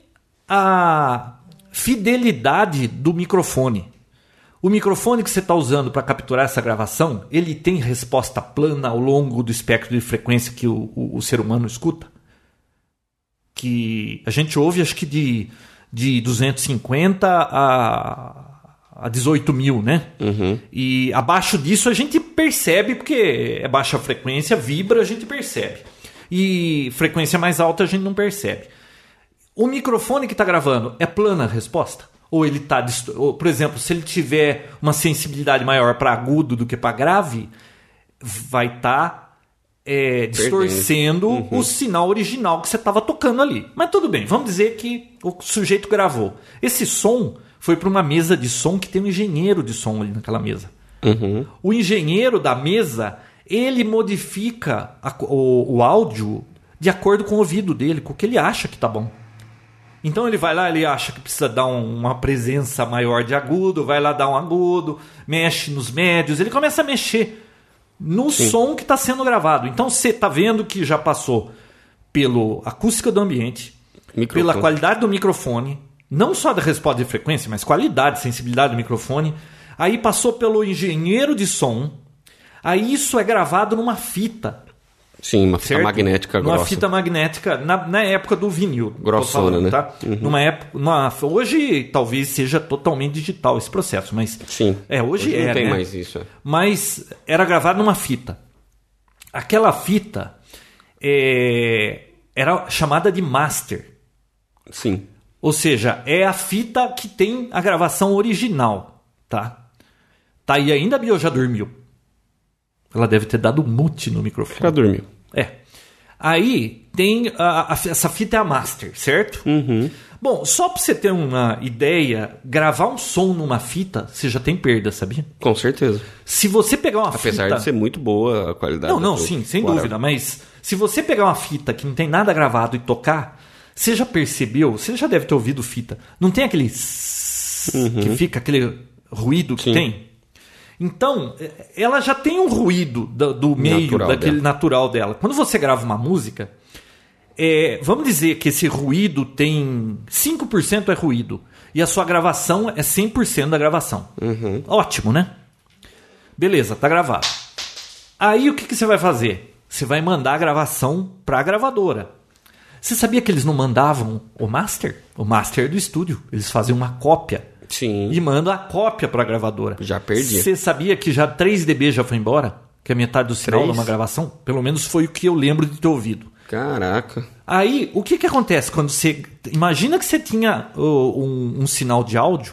a fidelidade do microfone. O microfone que você está usando para capturar essa gravação, ele tem resposta plana ao longo do espectro de frequência que o, o, o ser humano escuta? Que a gente ouve, acho que de, de duzentos e cinquenta a... a dezoito mil, né? Uhum. E abaixo disso a gente percebe, porque é baixa frequência, vibra, a gente percebe. E frequência mais alta a gente não percebe. O microfone que está gravando é plana a resposta? Ou ele está... Dist... Por exemplo, se ele tiver uma sensibilidade maior para agudo do que para grave, vai estar tá, é, distorcendo uhum. o sinal original que você estava tocando ali. Mas tudo bem, vamos dizer que o sujeito gravou. Esse som... foi para uma mesa de som que tem um engenheiro de som ali naquela mesa. Uhum. O engenheiro da mesa, ele modifica a, o, o áudio de acordo com o ouvido dele, com o que ele acha que tá bom. Então ele vai lá, ele acha que precisa dar um, uma presença maior de agudo, vai lá dar um agudo, mexe nos médios, ele começa a mexer no Sim. som que está sendo gravado. Então você está vendo que já passou pela acústica do ambiente, microfone. Pela qualidade do microfone, não só da resposta de frequência, mas qualidade, sensibilidade do microfone. Aí passou pelo engenheiro de som. Aí isso é gravado numa fita. Sim, uma fita certo? magnética grossa. Uma fita magnética na, na época do vinil. Grossona, falando, né? Tá? Uhum. Numa época, numa, hoje talvez seja totalmente digital esse processo, mas sim. É, hoje, hoje é, não tem né? mais isso. É. Mas era gravado numa fita. Aquela fita é, era chamada de master. Sim. Ou seja, é a fita que tem a gravação original, tá? Tá aí ainda, a Bio já dormiu. Ela deve ter dado mute no microfone. Já dormiu. É. Aí tem a, a, essa fita é a master, certo? Uhum. Bom, só para você ter uma ideia, gravar um som numa fita, você já tem perda, sabia? Com certeza. Se você pegar uma Apesar fita... de ser muito boa a qualidade. Não, não, sim, sem whatever. dúvida. Mas se você pegar uma fita que não tem nada gravado e tocar... Você já percebeu? Você já deve ter ouvido fita. Não tem aquele... Uhum. Que fica, aquele ruído que Sim. tem? Então, ela já tem um ruído do, do meio, natural daquele dela. natural dela. Quando você grava uma música, é, vamos dizer que esse ruído tem... cinco por cento é ruído. E a sua gravação é cem por cento da gravação. Uhum. Ótimo, né? Beleza, tá gravado. Aí o que, que você vai fazer? Você vai mandar a gravação para a gravadora. Você sabia que eles não mandavam o master? O master do estúdio. Eles faziam uma cópia. Sim. E mandam a cópia para a gravadora. Já perdi. Você sabia que já três decibéis já foi embora? Que é metade do sinal numa gravação? Pelo menos foi o que eu lembro de ter ouvido. Caraca. Aí, o que, que acontece quando você... Imagina que você tinha uh, um, um sinal de áudio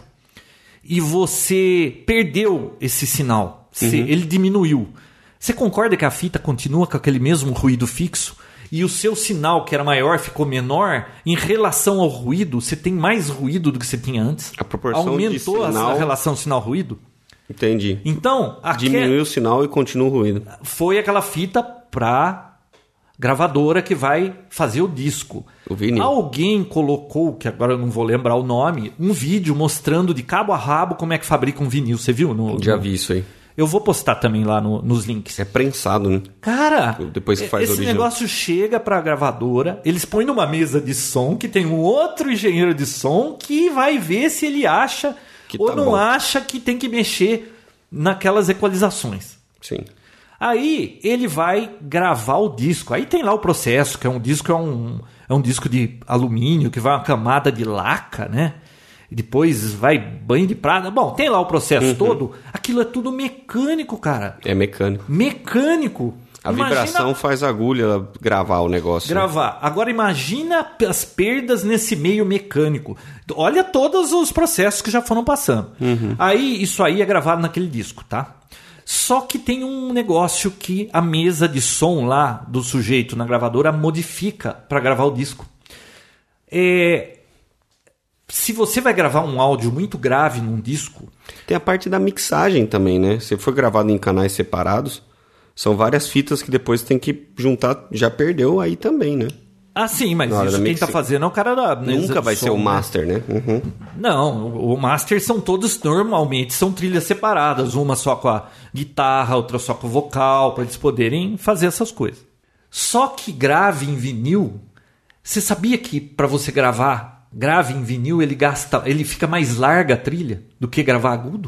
e você perdeu esse sinal. Você, uhum. Ele diminuiu. Você concorda que a fita continua com aquele mesmo ruído fixo? E o seu sinal, que era maior, ficou menor, em relação ao ruído, você tem mais ruído do que você tinha antes? A proporção Aumentou de sinal... a relação sinal-ruído? Entendi. Então... Diminuiu aqu... o sinal e continua o ruído. Foi aquela fita para gravadora que vai fazer o disco. O vinil. Alguém colocou, que agora eu não vou lembrar o nome, um vídeo mostrando de cabo a rabo como é que fabrica um vinil. Você viu? No, Já no... vi isso aí. Eu vou postar também lá no, nos links. É prensado, né? Cara, depois que faz esse original. negócio chega para a gravadora, eles põem numa mesa de som que tem um outro engenheiro de som que vai ver se ele acha que ou tá não bom. acha que tem que mexer naquelas equalizações. Sim. Aí ele vai gravar o disco. Aí tem lá o processo, que é um disco é um, é um disco de alumínio que vai uma camada de laca, né? E depois vai banho de prata. Bom, tem lá o processo uhum. todo. Aquilo é tudo mecânico, cara. É mecânico. Mecânico. A imagina... vibração faz a agulha gravar o negócio. Gravar. Agora imagina as perdas nesse meio mecânico. Olha todos os processos que já foram passando. Uhum. Aí isso aí é gravado naquele disco, tá? Só que tem um negócio que a mesa de som lá do sujeito na gravadora modifica para gravar o disco. É... Se você vai gravar um áudio muito grave num disco... Tem a parte da mixagem também, né? Se for gravado em canais separados, são várias fitas que depois tem que juntar. Já perdeu aí também, né? Ah, sim, mas isso quem mixing. Tá fazendo é o cara da... Nunca vai som, ser o né? master, né? Uhum. Não, o master são todos, normalmente, são trilhas separadas. Uma só com a guitarra, outra só com o vocal, para eles poderem fazer essas coisas. Só que grave em vinil... Você sabia que para você gravar... Grave em vinil, ele gasta, ele fica mais larga a trilha do que gravar agudo.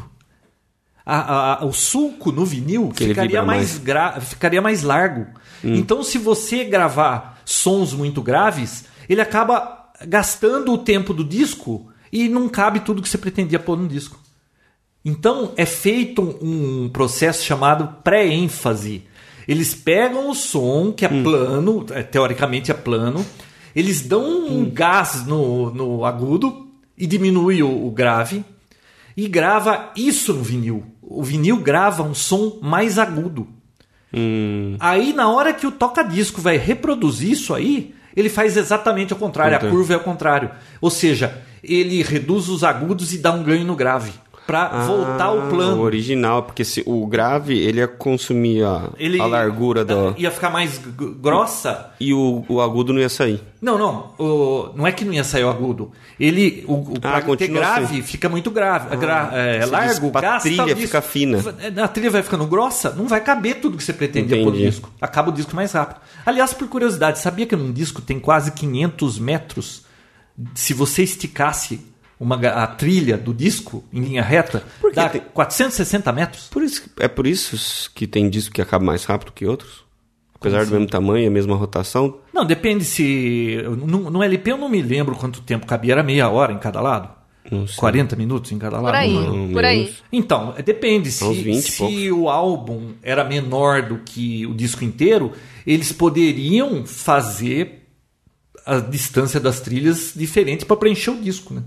A, a, o sulco no vinil ficaria mais, mais. Gra, ficaria mais largo. Hum. Então, se você gravar sons muito graves, ele acaba gastando o tempo do disco e não cabe tudo que você pretendia pôr no disco. Então, é feito um processo chamado pré-ênfase. Eles pegam o som, que é hum. plano, teoricamente é plano, eles dão um hum. gás no, no agudo e diminui o, o grave e grava isso no vinil. O vinil grava um som mais agudo. Hum. Aí, na hora que o toca-disco vai reproduzir isso aí, ele faz exatamente o contrário. Entendi. A curva é o contrário. Ou seja, ele reduz os agudos e dá um ganho no grave. Para ah, voltar ao plano. O original, porque se o grave ele ia consumir a, ele a largura do... Ia ficar mais g- grossa. E o, o agudo não ia sair. Não, não. O, não é que não ia sair o agudo. Ele, o, o ah, para ter grave, assim. Fica muito grave. Ah, gra, é, largo, gasta. A trilha fica fina. A trilha vai ficando grossa, não vai caber tudo que você pretendia pôr no disco. Acaba o disco mais rápido. Aliás, por curiosidade, sabia que num disco tem quase quinhentos metros? Se você esticasse... Uma, a trilha do disco em linha reta dá tem... quatrocentos e sessenta metros. Por isso, é por isso que tem disco que acaba mais rápido que outros? Apesar Como do assim? mesmo tamanho, a mesma rotação? Não, depende se... No, no L P eu não me lembro quanto tempo cabia. Era meia hora em cada lado? Não sei. quarenta minutos em cada lado? Por aí, não, por aí. Então, depende. Se, vinte, se o álbum era menor do que o disco inteiro, eles poderiam fazer a distância das trilhas diferente para preencher o disco, né?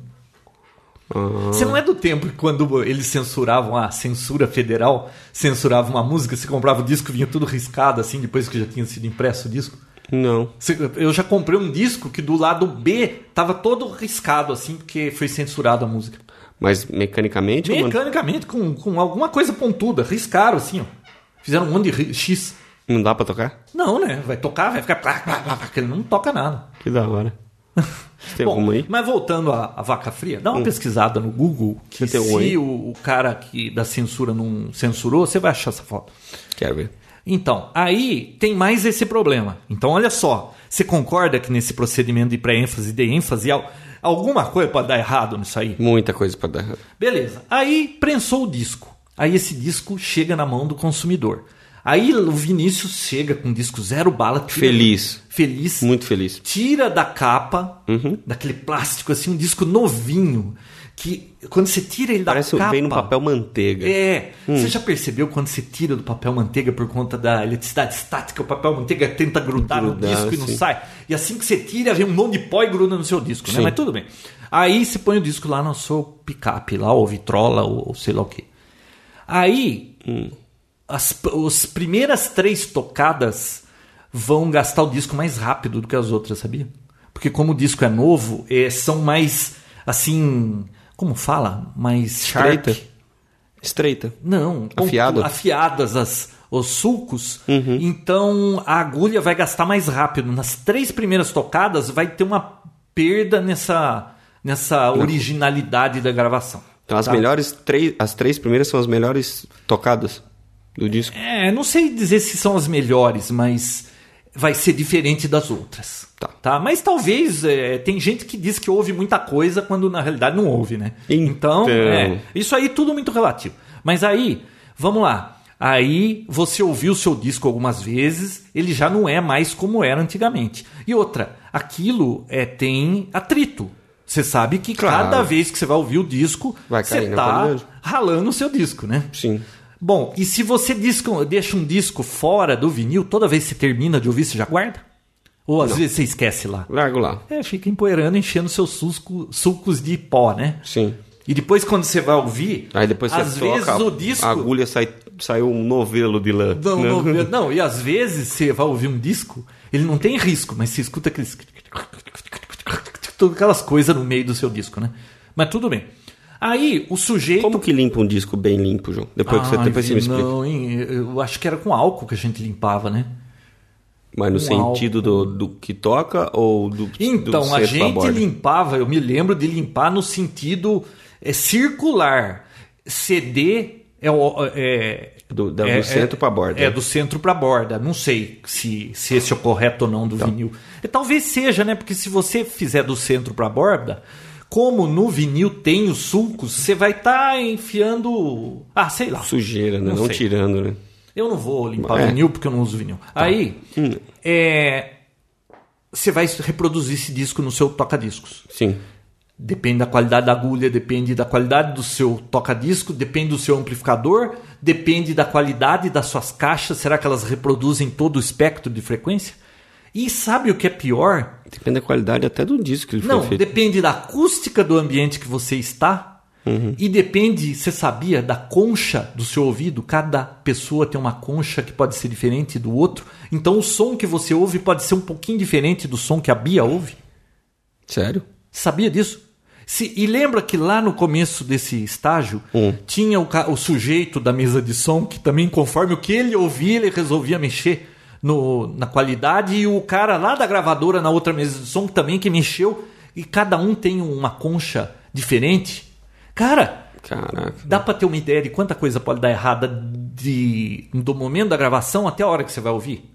Uhum. Você não é do tempo que quando eles censuravam a censura federal, censurava uma música, você comprava o disco e vinha tudo riscado assim, depois que já tinha sido impresso o disco? Não. Eu já comprei um disco que do lado B tava todo riscado assim, porque foi censurada a música. Mas mecanicamente? Mecanicamente, com, com alguma coisa pontuda, riscaram assim, ó. Fizeram um monte de X. Não dá pra tocar? Não, né? Vai tocar, vai ficar... porque ele não toca nada. Que da hora. Tem Bom, alguma aí? Mas voltando à, à vaca fria, dá uma hum. pesquisada no Google que se o, o cara que da censura não censurou, você vai achar essa foto. Quero ver. Então, aí tem mais esse problema. Então, olha só, você concorda que nesse procedimento de pré-ênfase e de ênfase alguma coisa pode dar errado nisso aí? Muita coisa pode dar errado. Beleza. Aí prensou o disco. Aí esse disco chega na mão do consumidor. Aí o Vinícius chega com um disco zero bala. Tira, feliz. Feliz. Muito feliz. Tira da capa, uhum. daquele plástico assim, um disco novinho. Que quando você tira ele Parece da capa... Parece vem no papel manteiga. É. Hum. Você já percebeu quando você tira do papel manteiga por conta da eletricidade estática, o papel manteiga tenta grudar, grudar no disco sim. e não sai. E assim que você tira, vem um monte de pó e gruda no seu disco, né? Mas tudo bem. Aí você põe o disco lá no seu picape, lá, ou vitrola, ou, ou sei lá o quê. Aí... Hum. As, as primeiras três tocadas vão gastar o disco mais rápido do que as outras, sabia? Porque como o disco é novo, é, são mais, assim, como fala? Mais Estreita? sharp. Estreita? Não. Afiado? Afiadas as, os sulcos. Uhum. Então a agulha vai gastar mais rápido. Nas três primeiras tocadas vai ter uma perda nessa, nessa originalidade da gravação. Então as tá? melhores três, as três primeiras são as melhores tocadas do disco? É, não sei dizer se são as melhores, mas vai ser diferente das outras. Tá. Tá? Mas talvez, é, tem gente que diz que ouve muita coisa quando na realidade não ouve, né? Então, então é, isso aí tudo muito relativo. Mas aí, vamos lá. Aí você ouviu o seu disco algumas vezes, ele já não é mais como era antigamente. E outra, aquilo é, tem atrito. Você sabe que claro. Cada vez que você vai ouvir o disco, vai você está ralando o seu disco, né? Sim. Bom, e se você disco, deixa um disco fora do vinil, toda vez que você termina de ouvir, você já guarda? Ou às Não. vezes você esquece lá? Largo lá. É, fica empoeirando, enchendo seus sulco, sulcos de pó, né? Sim. E depois quando você vai ouvir, aí depois às você vezes toca, o disco... a agulha sai saiu um novelo de lã. Não, né? novelo, não, e às vezes você vai ouvir um disco, ele não tem risco, mas você escuta aqueles... todas aquelas coisas no meio do seu disco, né? Mas tudo bem. Aí, o sujeito... Como que limpa um disco bem limpo, João? Depois que você, depois você me explica. Não, hein? Eu acho que era com álcool que a gente limpava, né? Mas no com sentido do, do que toca ou do Então, do a centro pra gente borda? limpava, eu me lembro de limpar no sentido é, circular. C D é... é Do, do, é, do centro é, para borda. É, do centro para borda. Não sei se, se esse é o correto ou não do Então. vinil. E talvez seja, né? Porque se você fizer do centro para borda, como no vinil tem os sulcos, você vai estar tá enfiando... Ah, sei lá. Sujeira, né? Não Não, sei. tirando, né? Eu não vou limpar É. vinil porque eu não uso vinil. Aí, Hum. é, você vai reproduzir esse disco no seu toca-discos. Sim. Depende da qualidade da agulha, depende da qualidade do seu toca-disco, depende do seu amplificador, depende da qualidade das suas caixas. Será que elas reproduzem todo o espectro de frequência? E sabe o que é pior? Depende da qualidade até do disco que ele Não, foi feito. depende da acústica do ambiente que você está. Uhum. E depende, você sabia, da concha do seu ouvido. Cada pessoa tem uma concha que pode ser diferente do outro. Então o som que você ouve pode ser um pouquinho diferente do som que a Bia ouve. Sério? Sabia disso? Se, e lembra que lá no começo desse estágio Hum. tinha o, ca- o sujeito da mesa de som que também, conforme o que ele ouvia, ele resolvia mexer no, na qualidade, e o cara lá da gravadora na outra mesa de som também que mexeu, e cada um tem uma concha diferente. Cara, Caraca. dá pra ter uma ideia de quanta coisa pode dar errada de, do momento da gravação até a hora que você vai ouvir?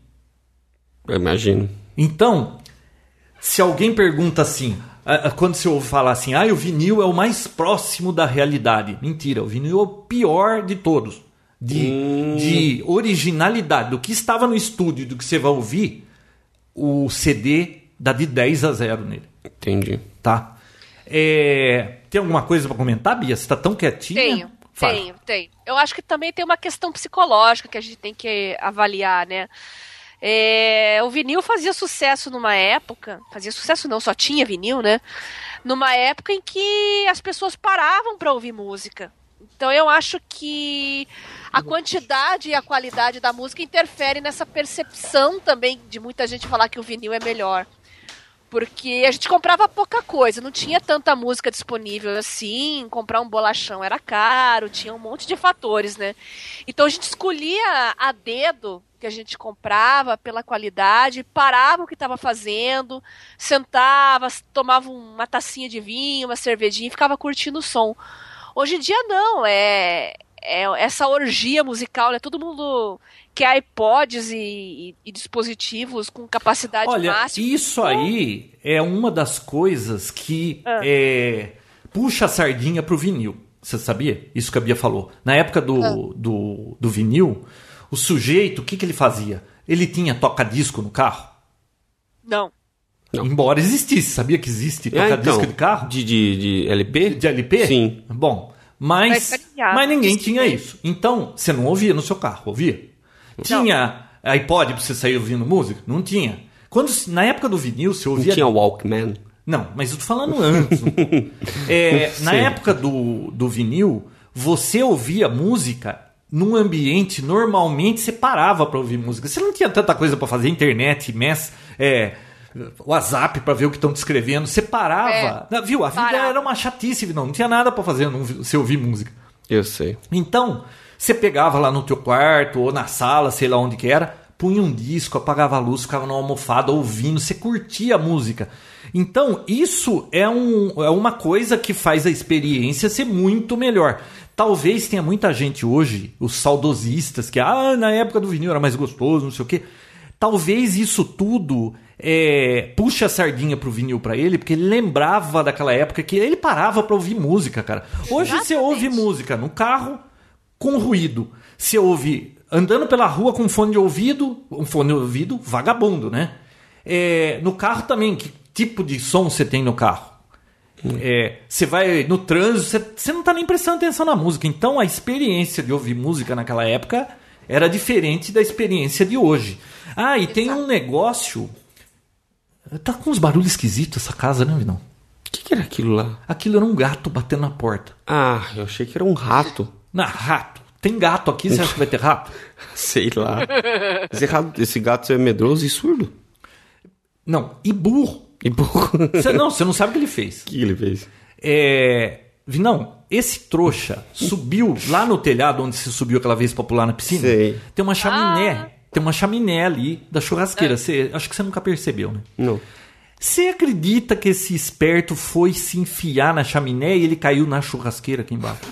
Eu imagino. Então, se alguém pergunta assim, ah, ah, quando você ouve falar assim, ah, o vinil é o mais próximo da realidade. Mentira, o vinil é o pior de todos. De, Hum. de originalidade. Do que estava no estúdio, do que você vai ouvir, o C D dá de dez a zero nele. Entendi. Tá? É, tem alguma coisa pra comentar, Bia? Você tá tão quietinha? Tenho, Fala. tenho, tenho. Eu acho que também tem uma questão psicológica que a gente tem que avaliar, né? É, o vinil fazia sucesso numa época, fazia sucesso não, só tinha vinil, né? Numa época em que as pessoas paravam para ouvir música. Então eu acho que a quantidade e a qualidade da música interfere nessa percepção também de muita gente falar que o vinil é melhor. Porque a gente comprava pouca coisa, não tinha tanta música disponível assim, comprar um bolachão era caro, tinha um monte de fatores, né? Então a gente escolhia a dedo que a gente comprava pela qualidade, parava o que estava fazendo, sentava, tomava uma tacinha de vinho, uma cervejinha e ficava curtindo o som. Hoje em dia não, é, é essa orgia musical, né? Todo mundo quer iPods e, e, e dispositivos com capacidade Olha, máxima. isso aí é uma das coisas que Ah. é, puxa a sardinha pro vinil. Você sabia? Isso que a Bia falou. Na época do, Ah. do, do vinil, o sujeito, o que, que ele fazia? Ele tinha toca-disco no carro? Não. Não. Embora existisse. Sabia que existe Ah, toca-disco então, de carro? De, de, de L P? De L P? Sim. Bom, mas, Vai variar. mas ninguém Isso tinha sim. isso. Então, você não ouvia no seu carro, ouvia? Tinha iPod pra você sair ouvindo música? Não tinha. Quando, na época do vinil, você Não ouvia... tinha Walkman? Não, mas eu tô falando antes. É, na Sim. época do, do vinil, você ouvia música num ambiente, normalmente você parava pra ouvir música. Você não tinha tanta coisa pra fazer, internet, mess, é, WhatsApp pra ver o que estão descrevendo. Você parava. É, viu? A vida parava. era uma chatice, não, não tinha nada pra fazer não você ouvir música. Eu sei. Então, você pegava lá no teu quarto ou na sala, sei lá onde que era, punha um disco, apagava a luz, ficava numa almofada ouvindo, você curtia a música. Então, isso é, um, é uma coisa que faz a experiência ser muito melhor. Talvez tenha muita gente hoje, os saudosistas, que ah, na época do vinil era mais gostoso, não sei o quê. Talvez isso tudo é, puxe a sardinha pro vinil pra ele, porque ele lembrava daquela época que ele parava pra ouvir música, cara. Hoje você ouve música no carro com ruído. Você ouve andando pela rua com fone de ouvido, um fone de ouvido vagabundo, né? É, no carro também, que tipo de som você tem no carro? É, você vai no trânsito, você, você não tá nem prestando atenção na música. Então a experiência de ouvir música naquela época era diferente da experiência de hoje. Ah, e tem um negócio... Tá com uns barulhos esquisitos essa casa, né, Vinão? O que, que era aquilo lá? Aquilo era um gato batendo na porta. Ah, eu achei que era um rato. Na rato. Tem gato aqui, você acha que vai ter rato? Sei lá. Esse, rato, esse gato é medroso e surdo? Não, e burro. E burro. Você, não, você não sabe o que ele fez. O que ele fez? É... Não, esse trouxa subiu lá no telhado onde você subiu aquela vez pra pular na piscina. Sei. Tem uma chaminé. Ah. Tem uma chaminé ali da churrasqueira. Você, acho que você nunca percebeu, né? Não. Você acredita que esse esperto foi se enfiar na chaminé e ele caiu na churrasqueira aqui embaixo?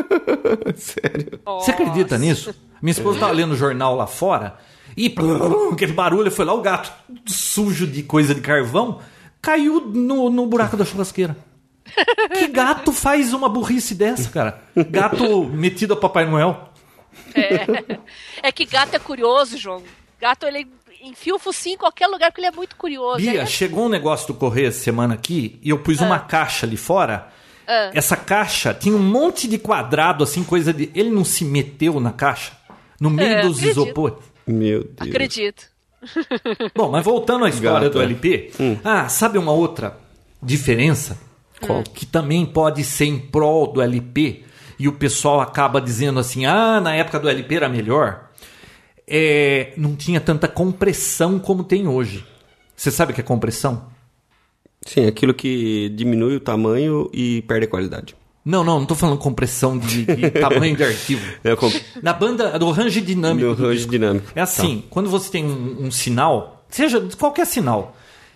Sério? Você acredita nisso? Minha esposa estava lendo o jornal lá fora e aquele barulho, foi lá o gato sujo de coisa de carvão caiu no, no buraco da churrasqueira. Que gato faz uma burrice dessa, cara? Gato metido a Papai Noel. É, é que gato é curioso, João. Gato, ele enfia o focinho em qualquer lugar porque ele é muito curioso. Bia, é... chegou um negócio do Correio essa semana aqui e eu pus ah. uma caixa ali fora. Ah. Essa caixa tinha um monte de quadrado, assim, coisa de... Ele não se meteu na caixa? No meio é, dos isopores? Meu Deus. Acredito. Bom, mas voltando à história Gato. do L P. Hum. Ah, sabe uma outra diferença? Qual? Que também pode ser em prol do L P e o pessoal acaba dizendo assim, ah, na época do L P era melhor. É, não tinha tanta compressão como tem hoje. Você sabe o que é compressão? Sim, aquilo que diminui o tamanho e perde a qualidade. Não, não, não estou falando compressão de, de tamanho de arquivo. É comp... Na banda do range dinâmico. No range dinâmico. É assim, tá. Quando você tem um, um sinal, seja qualquer sinal,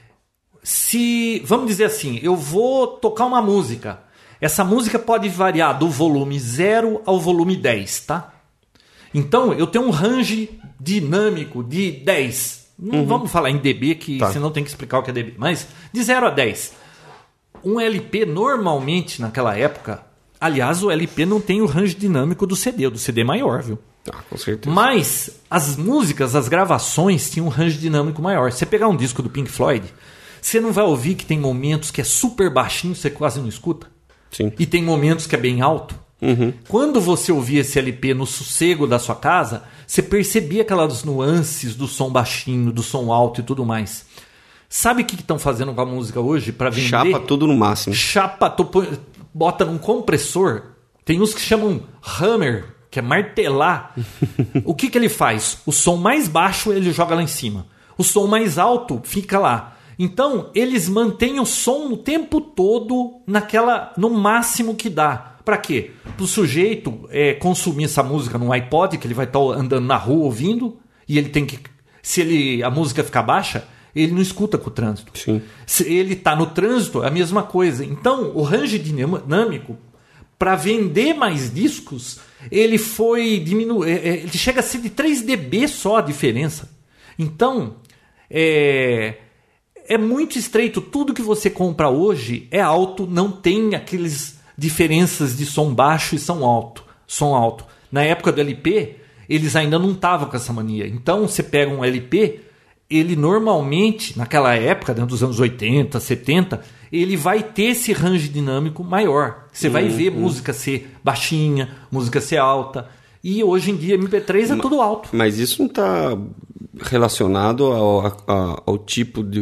se, vamos dizer assim, eu vou tocar uma música. Essa música pode variar do volume zero ao volume dez, tá? Então, eu tenho um range dinâmico de dez. Não uhum. vamos falar em dB, que tá. Senão tem que explicar o que é dB. Mas de zero a dez. Um L P, normalmente, naquela época... Aliás, o L P não tem o range dinâmico do C D. O do C D é maior, viu? Tá, com certeza. Mas as músicas, as gravações tinham um range dinâmico maior. Se você pegar um disco do Pink Floyd, você não vai ouvir que tem momentos que é super baixinho, você quase não escuta. Sim. E tem momentos que é bem alto. Uhum. Quando você ouvia esse L P no sossego da sua casa, você percebia aquelas nuances do som baixinho, do som alto e tudo mais. Sabe o que estão fazendo com a música hoje para vender? Chapa tudo no máximo. Chapa, topo, bota num compressor. Tem uns que chamam hammer, que é martelar. O que, que ele faz? O som mais baixo ele joga lá em cima. O som mais alto fica lá. Então, eles mantêm o som o tempo todo naquela, no máximo que dá. Para quê? Para o sujeito é, consumir essa música no iPod, que ele vai estar andando na rua ouvindo, e ele tem que... Se ele, a música ficar baixa, ele não escuta com o trânsito. Sim. Se ele está no trânsito, é a mesma coisa. Então, o range dinâmico, para vender mais discos, ele foi diminuir. Ele chega a ser de três decibéis só a diferença. Então, é... é muito estreito. Tudo que você compra hoje é alto, não tem aqueles... diferenças de som baixo e som alto, som alto. Na época do L P, eles ainda não estavam com essa mania. Então, você pega um L P, ele normalmente, naquela época, dentro dos anos oitenta, setenta, ele vai ter esse range dinâmico maior. Você hum, vai ver hum. música ser baixinha, música ser alta. E hoje em dia, M P três é mas, tudo alto. Mas isso não está relacionado ao, ao, ao tipo de...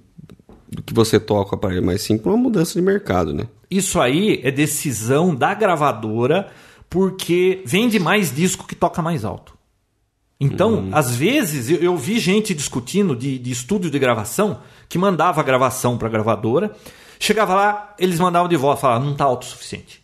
do que você toca o aparelho, mas sim para uma mudança de mercado, né? Isso aí é decisão da gravadora, porque vende mais disco que toca mais alto. Então, hum. às vezes, eu, eu vi gente discutindo de, de estúdio de gravação, que mandava a gravação para a gravadora, chegava lá, eles mandavam de volta, falavam, não está alto o suficiente.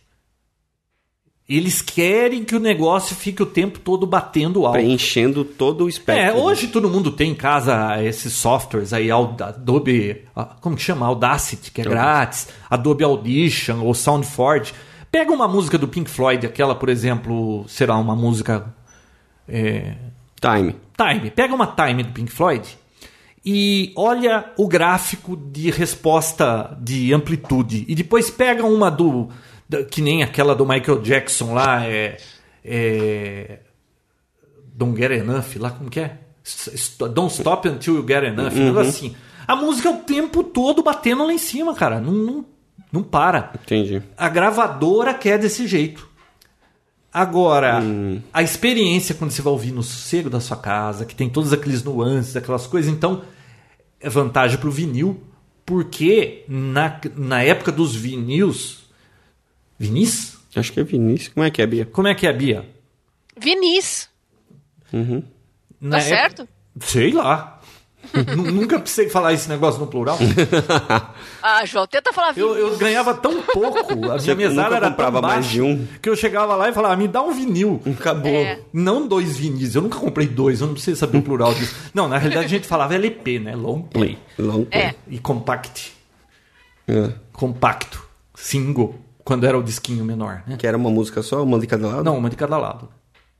Eles querem que o negócio fique o tempo todo batendo alto. Preenchendo todo o espectro. É, hoje todo mundo tem em casa esses softwares aí, Adobe, como que chama? Audacity, que é grátis, Adobe Audition ou SoundForge. Pega uma música do Pink Floyd, aquela, por exemplo, será uma música... É... Time. Time. Pega uma Time do Pink Floyd e olha o gráfico de resposta de amplitude. E depois pega uma do... que nem aquela do Michael Jackson lá, é, é Don't Get Enough, lá como que é? Don't Stop Until You Get Enough, uhum. um negócio assim. A música é o tempo todo batendo lá em cima, cara, não, não, não para. Entendi. A gravadora quer desse jeito. Agora, hum. a experiência quando você vai ouvir no sossego da sua casa, que tem todos aqueles nuances, aquelas coisas, então é vantagem pro vinil, porque na, na época dos vinis... Vinis? Acho que é Vinícius. Como é que é, Bia? Como é que é, Bia? Vinis. Uhum. Tá certo? Época... Sei lá. Nunca precisei falar esse negócio no plural. Ah, João, tenta falar vinil. Eu, eu ganhava tão pouco, a minha Você mesada era tão comprava mais baixa de um? que eu chegava lá e falava, me dá um vinil. Acabou. É. Não dois vinis, eu nunca comprei dois, eu não preciso saber o plural disso. Não, na realidade a gente falava L P, né? Long play. Long play. É. E compact. É. Compacto. Single, quando era o disquinho menor, né? Que era uma música só, uma de cada lado? Não, uma de cada lado.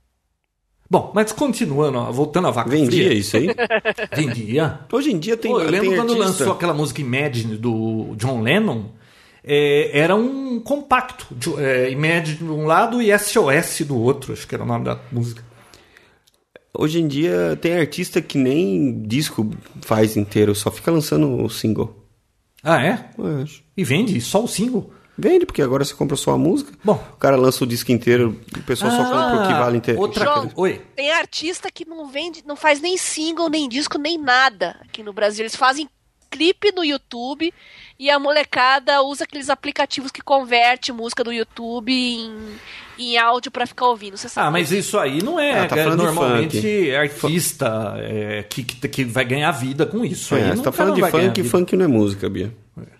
Bom, mas continuando, ó, voltando à vaca Vendia fria. isso aí? Vendia. Hoje em dia tem Pô, eu lembro tem quando artista... lançou aquela música Imagine do John Lennon, é, era um compacto. de- É, Imagine de um lado e S O S do outro, acho que era o nome da música. Hoje em dia tem artista que nem disco faz inteiro, só fica lançando o single. Ah, é? Eu acho. E vende só o single? Vende, porque agora você compra só a música. Bom. O cara lança o disco inteiro, o pessoal só compra o que vale inteiro. Outra João, coisa. Oi. Tem artista que não vende, não faz nem single, nem disco, nem nada aqui no Brasil. Eles fazem clipe no YouTube e a molecada usa aqueles aplicativos que converte música do YouTube em, em áudio pra ficar ouvindo. Você sabe Ah, mas isso aí não é, Ah, tá é falando de normalmente funk. artista é, que, que, que vai ganhar vida com isso. É, aí você não- tá falando não de vai ganhar funk, e vida. funk não é música, Bia.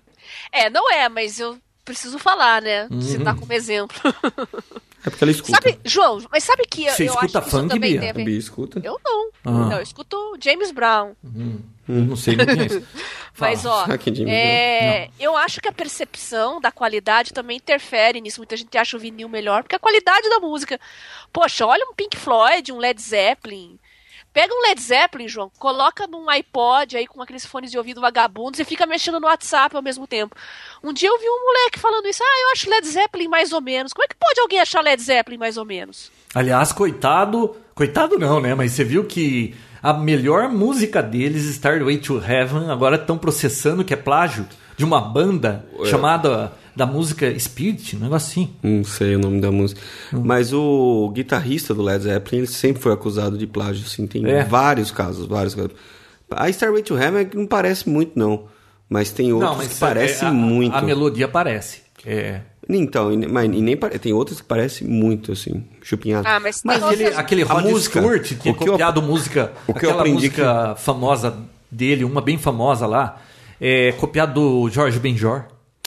É, não é, mas eu preciso falar, né? Uhum. Citar como exemplo. É porque ela escuta. Sabe, João, mas sabe que eu, Você eu escuta acho que isso funk, também Bia? tem a A ver- Bia escuta. Eu não. Ah. Não, eu escuto James Brown. Eu não sei, não conheço. Mas, ó, Ah, que James é, eu acho que a percepção da qualidade também interfere nisso. Muita gente acha o vinil melhor, porque a qualidade da música. Poxa, olha um Pink Floyd, um Led Zeppelin. Pega um Led Zeppelin, João, coloca num iPod aí com aqueles fones de ouvido vagabundos e fica mexendo no WhatsApp ao mesmo tempo. Um dia eu vi um moleque falando isso. Ah, eu acho Led Zeppelin mais ou menos. Como é que pode alguém achar Led Zeppelin mais ou menos? Aliás, coitado... Coitado não, né? Mas você viu que a melhor música deles, Starway to Heaven, agora estão processando que é plágio de uma banda chamada... Da música Spirit, um negócio assim. Não sei o nome da música. Mas o guitarrista do Led Zeppelin, ele sempre foi acusado de plágio, assim. Tem É. vários casos, vários casos. A Starway to Heaven é que não parece muito, não. Mas tem outros que parecem é, a, muito. A melodia parece. É. Então, e, ne- mas, e nem pare- tem outros que parecem muito, assim, chupinhado. Ah, mas, Mas tem aquele, outras- aquele A Rod música, Stewart tinha o que eu- copiado música, o que eu aquela aprendi música famosa dele, uma bem famosa lá, é copiado do Jorge Benjor.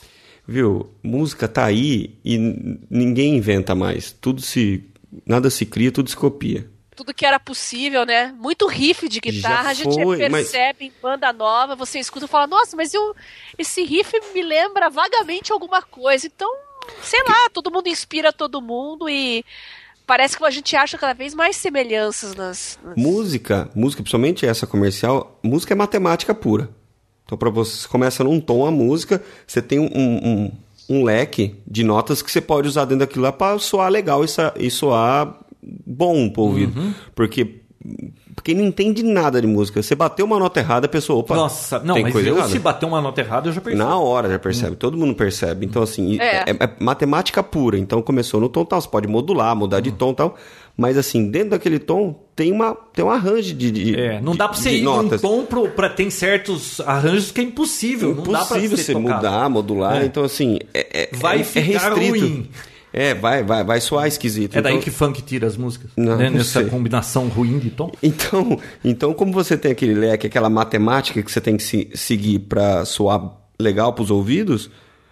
Viu? Música tá aí e n- ninguém inventa mais. Tudo se... Nada se cria, tudo se copia. Tudo que era possível, né? Muito riff de guitarra, Já a gente foi, mas- percebe em banda nova, você escuta e fala, nossa, mas eu, esse riff me lembra vagamente alguma coisa. Então, sei lá, todo mundo inspira todo mundo e parece que a gente acha cada vez mais semelhanças nas... nas... Música, música, principalmente essa comercial, música é matemática pura. Então, para você, você começa num tom a música, você tem um, um, um leque de notas que você pode usar dentro daquilo lá para soar legal e, sa- e soar bom pro ouvido. Uhum. Porque, porque não entende nada de música. Você bateu uma nota errada, a pessoa, opa, Nossa, não, tem mas coisa eu errada. se bater uma nota errada, eu já percebi. Na hora já percebe, todo mundo percebe. Então, assim, É. é. é matemática pura. Então, começou no tom tal, você pode modular, mudar de tom tal. Mas, assim, dentro daquele tom, tem, uma, tem um arranjo de, de É, não de- dá pra você de ir num notas. tom pro, pra tem certos arranjos que é impossível. não dá pra Impossível ser você tocado. mudar, modular. É. Então, assim, é, é, Vai é, ficar é restrito. ruim. É, vai, vai, vai soar esquisito. É daí então, que funk tira as músicas. Não, né? não Nessa sei. combinação ruim de tom. Então, então, como você tem aquele leque, aquela matemática que você tem que se, seguir pra soar legal pros ouvidos,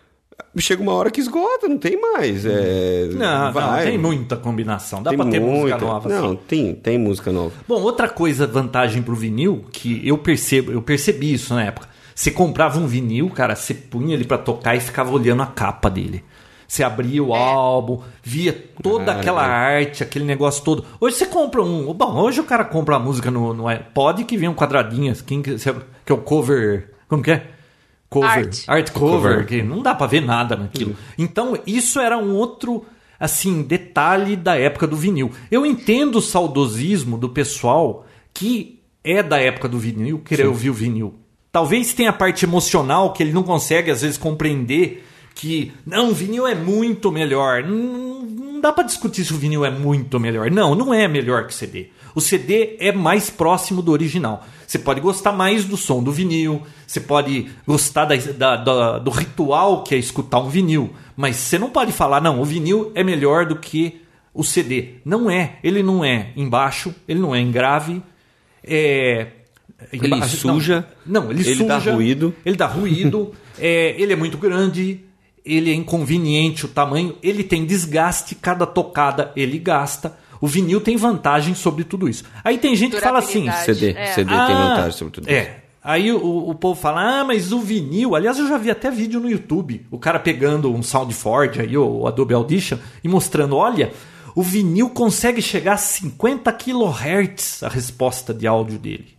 chega uma hora que esgota, não tem mais. É, Não, vai. não, tem muita combinação. Dá Tem pra ter música muita. nova Não, assim. tem, tem música nova. Bom, outra coisa, vantagem pro vinil, que eu percebo, eu percebi isso na época. Você comprava um vinil, cara, você punha ele pra tocar e ficava olhando a capa dele. Você abria o álbum, via toda Cara, aquela é. arte, aquele negócio todo. Hoje você compra um... Bom, hoje o cara compra a música no, no iPod que vem um quadradinho, assim, que, que é o cover... Como que é? Cover. Art. Art cover, Cover. que não dá pra ver nada naquilo. Então, isso era um outro, assim, detalhe da época do vinil. Eu entendo o saudosismo do pessoal que é da época do vinil, querer ouvir o vinil. Talvez tenha a parte emocional que ele não consegue, às vezes, compreender que, não, o vinil é muito melhor. Não, não dá pra discutir se o vinil é muito melhor. Não, não é melhor que o C D. O C D é mais próximo do original. Você pode gostar mais do som do vinil, você pode gostar da, da, da, do ritual que é escutar um vinil, mas você não pode falar, não, o vinil é melhor do que O C D não é, ele não é embaixo, ele não é em grave, é, ele embaixo, suja, não, não ele, ele suja, dá ruído, ele dá ruído, é, ele é muito grande, ele é inconveniente o tamanho, ele tem desgaste, cada tocada ele gasta. O vinil tem vantagem sobre tudo isso. Aí tem gente que fala assim, C D, é. C D ah, tem vantagem sobre tudo é. isso. Aí o, o povo fala, ah, mas o vinil... Aliás, eu já vi até vídeo no YouTube. O cara pegando um SoundForge, aí, o Adobe Audition, e mostrando, olha, o vinil consegue chegar a cinquenta quilohertz a resposta de áudio dele.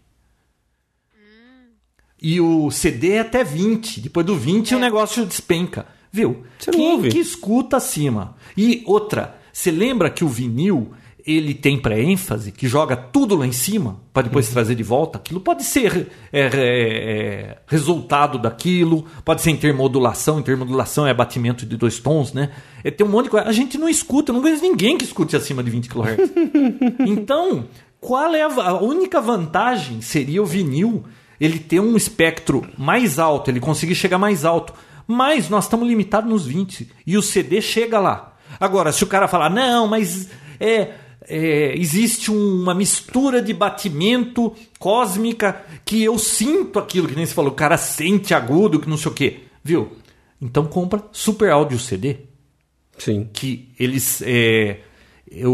Hum. E o C D é até vinte. Depois do vinte é. o negócio despenca. Viu? Você não Quem ouve? que escuta acima? E outra, você lembra que o vinil... ele tem pré-ênfase, que joga tudo lá em cima, para depois uhum. trazer de volta. Aquilo pode ser é, é, é, resultado daquilo, pode ser intermodulação. Intermodulação é batimento de dois tons, né? É, tem um monte de coisa. A gente não escuta, eu não conheço ninguém que escute acima de vinte quilohertz. Então, qual é a, a única vantagem? Seria o vinil, ele ter um espectro mais alto, ele conseguir chegar mais alto. Mas nós estamos limitados nos vinte, e o C D chega lá. Agora, se o cara falar, não, mas... é É, existe uma mistura de batimento cósmica que eu sinto aquilo, que nem você falou, o cara sente agudo, que não sei o quê, viu? Então compra Super Audio C D. Sim. Que eles... É, o,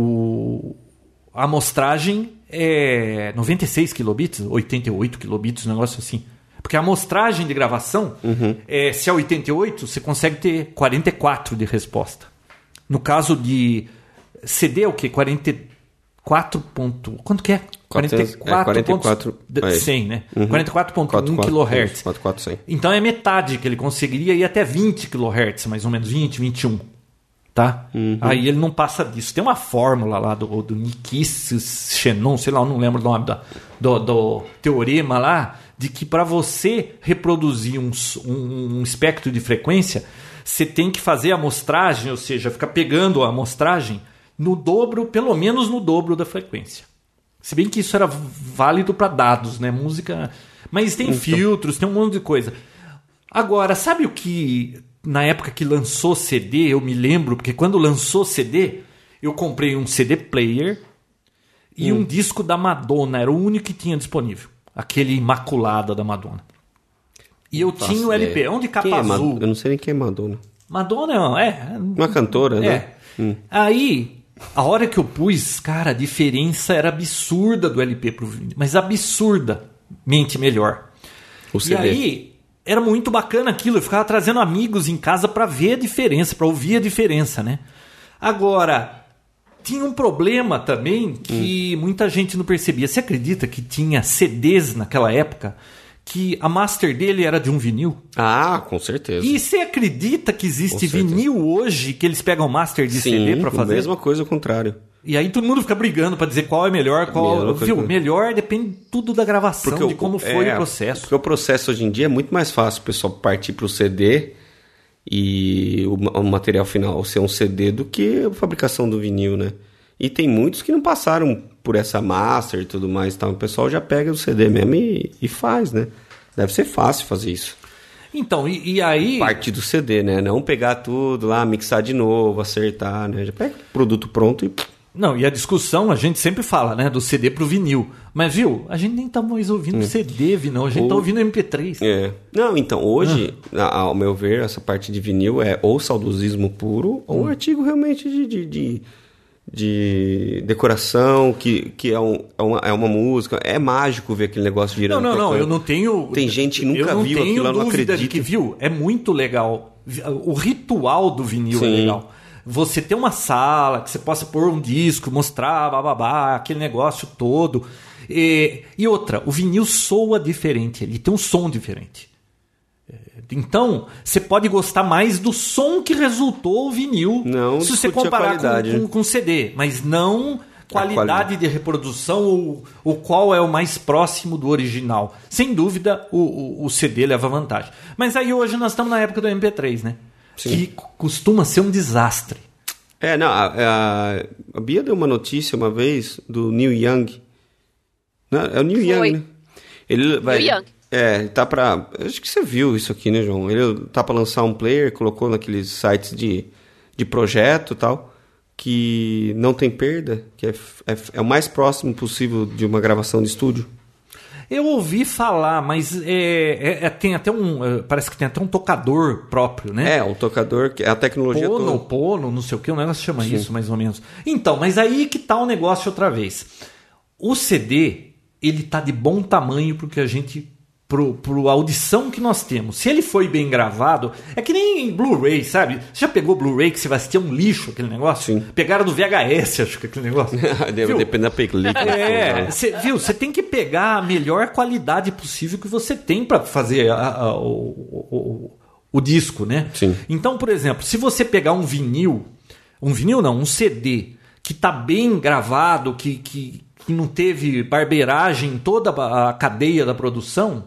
o, a amostragem é noventa e seis kilobits, oitenta e oito kilobits, um negócio assim. Porque a amostragem de gravação, uhum. é, se é oitenta e oito, você consegue ter quarenta e quatro de resposta. No caso de... C D é o quê? quarenta e quatro ponto... Quanto que é? quarenta e quatro, é, quarenta e quatro ponto cem, né? Uhum. quarenta e quatro ponto um quilohertz. quarenta e quatro, cem. Então é metade que ele conseguiria ir até vinte quilohertz, mais ou menos, vinte, vinte e um. Tá? Uhum. Aí ele não passa disso. Tem uma fórmula lá do, do Nikis Xenon, sei lá, eu não lembro o nome da, do, do teorema lá, de que para você reproduzir um, um, um espectro de frequência, você tem que fazer a amostragem, ou seja, ficar pegando a amostragem no dobro, pelo menos no dobro da frequência. Se bem que isso era válido para dados, né? Música... Mas tem então... filtros, tem um monte de coisa. Agora, sabe o que... Na época que lançou C D, eu me lembro, porque quando lançou C D, eu comprei um C D player e hum. um disco da Madonna. Era o único que tinha disponível. Aquele Imaculada da Madonna. E eu Nossa, tinha o L P. É. Onde capa quem é azul. Eu não sei nem quem é Madonna. Madonna é... Uma cantora, é. né? Hum. Aí... A hora que eu pus, cara, a diferença era absurda do L P pro vinil. Mas absurdamente melhor. O C D. E aí, era muito bacana aquilo. Eu ficava trazendo amigos em casa para ver a diferença, para ouvir a diferença, né? Agora, tinha um problema também que hum. muita gente não percebia. Você acredita que tinha C Ds naquela época que a master dele era de um vinil? Ah, com certeza. E você acredita que existe vinil hoje que eles pegam master de Sim, C D para fazer? a mesma coisa ao contrário. E aí todo mundo fica brigando para dizer qual é melhor, qual... Viu? Que... Melhor depende tudo da gravação, porque de como o, foi é, o processo. Porque o processo hoje em dia é muito mais fácil o pessoal partir para o C D e o, o material final ser um C D do que a fabricação do vinil, né? E tem muitos que não passaram por essa master e tudo mais, tá? O pessoal já pega o C D mesmo e, e faz, né? Deve ser fácil fazer isso. Então, e, e aí... Parte do C D, né? Não pegar tudo lá, mixar de novo, acertar, né? Já pega o produto pronto e... Não, e a discussão, a gente sempre fala, né? Do C D pro vinil. Mas, viu? A gente nem tá mais ouvindo hum. C D, não. A gente ou... tá ouvindo M P três. É. Não, então, hoje, ah. ao meu ver, essa parte de vinil é ou saudosismo puro hum. ou um artigo realmente de... de, de... de decoração, que, que é, um, é, uma, é uma música. É mágico ver aquele negócio girando. Não, não, não, eu não tenho... Tem gente que nunca viu aquilo, eu não acredita. De que viu, é muito legal. O ritual do vinil Sim. é legal. Você ter uma sala, que você possa pôr um disco, mostrar, bababá, aquele negócio todo. E, e outra, o vinil soa diferente, ele tem um som diferente. Então, você pode gostar mais do som que resultou o vinil, não, se você comparar com, com, com C D, mas não qualidade, qualidade. de reprodução ou, ou qual é o mais próximo do original. Sem dúvida, o, o, o C D leva vantagem. Mas aí hoje nós estamos na época do M P três, né? Sim. Que costuma ser um desastre. É, não, a, a, a Bia deu uma notícia uma vez do Neil Young. Não, é o Neil Foi. Young, né? Ele vai... Neil Young. É, ele tá pra... Acho que você viu isso aqui, né, João? Ele tá pra lançar um player, colocou naqueles sites de, de projeto e tal. que não tem perda, que é, é, é o mais próximo possível de uma gravação de estúdio? Eu ouvi falar, mas é, é, é, tem até um. É, parece que tem até um tocador próprio, né? É, um tocador, que é a tecnologia Pono, toda. Pono, não sei o que, o negócio chama Sim. isso, mais ou menos. Então, mas aí que tá o negócio outra vez. O C D, ele tá de bom tamanho pro que a gente. Pro, pro audição que nós temos. Se ele foi bem gravado, é que nem Blu-ray, sabe? Você já pegou Blu-ray que você vai assistir um lixo aquele negócio? Sim. Pegaram do V H S, acho que aquele negócio. Depende da película. É, cê, viu? Você tem que pegar a melhor qualidade possível que você tem para fazer a, a, o, o, o disco, né? Sim. Então, por exemplo, se você pegar um vinil, um vinil não, um C D que tá bem gravado, que, que, que não teve barbeiragem em toda a cadeia da produção,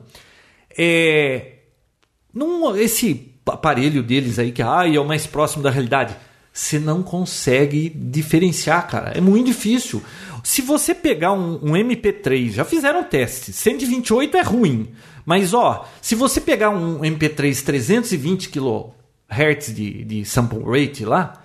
é, num, esse aparelho deles aí que ai, é o mais próximo da realidade, você não consegue diferenciar, cara. É muito difícil. Se você pegar um, um M P três, já fizeram teste, cento e vinte e oito é ruim, mas ó, se você pegar um M P três trezentos e vinte quilohertz de, de sample rate lá,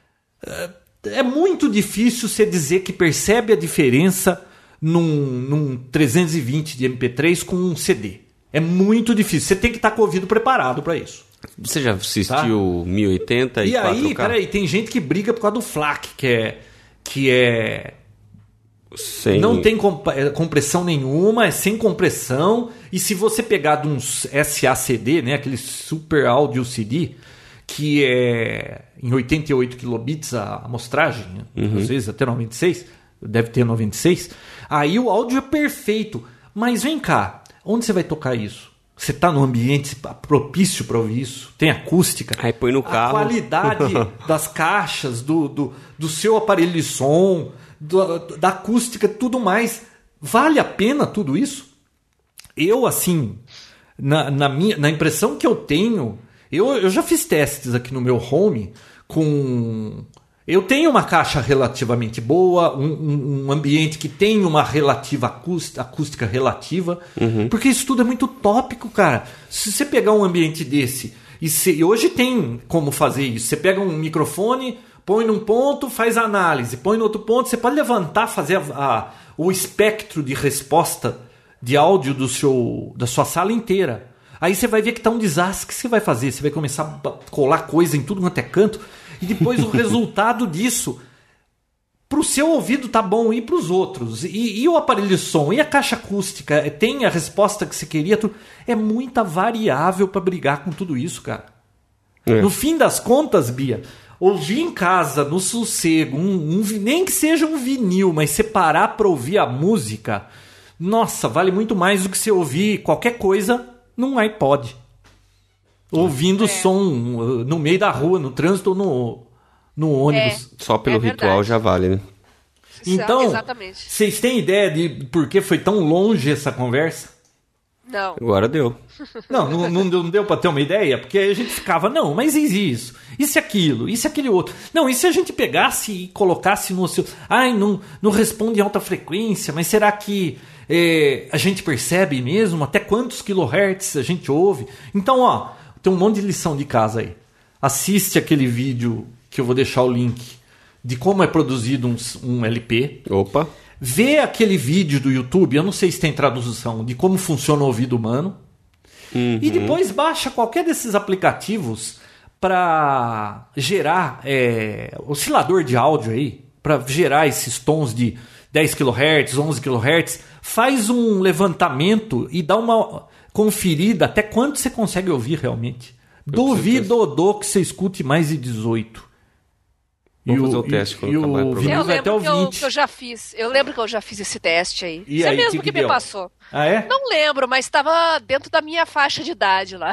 é muito difícil você dizer que percebe a diferença num, num trezentos e vinte de M P três com um C D. É muito difícil. Você tem que estar com o ouvido preparado para isso. Você já assistiu tá? mil e oitenta e, e aí, quatro K? peraí, tem gente que briga por causa do FLAC, que é... Que é... Sem... Não tem compressão nenhuma, é sem compressão. E se você pegar de uns S A C D, né, aquele Super Audio C D, que é em oitenta e oito kilobits a amostragem, uhum. Às vezes até noventa e seis, deve ter noventa e seis, aí o áudio é perfeito. Mas vem cá, onde você vai tocar isso? Você está num ambiente propício para ouvir isso? Tem acústica? Aí põe no carro. A qualidade das caixas, do, do, do seu aparelho de som, do, da acústica, tudo mais. Vale a pena tudo isso? Eu, assim, na, na, minha, na impressão que eu tenho, eu, eu já fiz testes aqui no meu home com... Eu tenho uma caixa relativamente boa, um, um, um ambiente que tem uma relativa acústica, acústica relativa, uhum. Porque isso tudo é muito tópico, cara. Se você pegar um ambiente desse, e, se, e hoje tem como fazer isso, você pega um microfone, põe num ponto, faz a análise, põe no outro ponto, você pode levantar, fazer a, a, o espectro de resposta de áudio do seu, da sua sala inteira. Aí você vai ver que tá um desastre. O que você vai fazer? Você vai começar a colar coisa em tudo quanto é canto. E depois o resultado disso, pro seu ouvido tá bom e pros outros. E, e o aparelho de som, e a caixa acústica, tem a resposta que você queria. Tudo. É muita variável para brigar com tudo isso, cara. É. No fim das contas, Bia, ouvir em casa, no sossego, um, um, nem que seja um vinil, mas separar para ouvir a música, nossa, vale muito mais do que você ouvir qualquer coisa num iPod. Ouvindo é. som no meio da rua, no trânsito ou no, no ônibus. É. Só pelo é ritual já vale, né? Então, vocês têm ideia de por que foi tão longe essa conversa? Não. Agora deu. Não, não, não deu, não deu para ter uma ideia? Porque aí a gente ficava, não, mas e isso? Isso e aquilo? Isso e aquele outro? Não, e se a gente pegasse e colocasse no seu... Ai, não, não responde em alta frequência, mas será que... É, a gente percebe mesmo até quantos kilohertz a gente ouve? Então, ó, tem um monte de lição de casa aí. Assiste aquele vídeo que eu vou deixar o link de como é produzido um, um L P. Opa. Vê aquele vídeo do YouTube, eu não sei se tem tradução, de como funciona o ouvido humano. Uhum. E depois baixa qualquer desses aplicativos para gerar é, oscilador de áudio aí, para gerar esses tons de dez quilohertz, onze quilohertz. Faz um levantamento e dá uma conferida até quanto você consegue ouvir realmente. Duvido que você escute mais de dezoito. Vamos fazer o teste quando acabar o programa. Eu lembro que eu, que eu já fiz. Eu lembro que eu já fiz esse teste aí. E Você aí, mesmo que, que, que me passou. Ah, é? Não lembro, mas estava dentro da minha faixa de idade lá.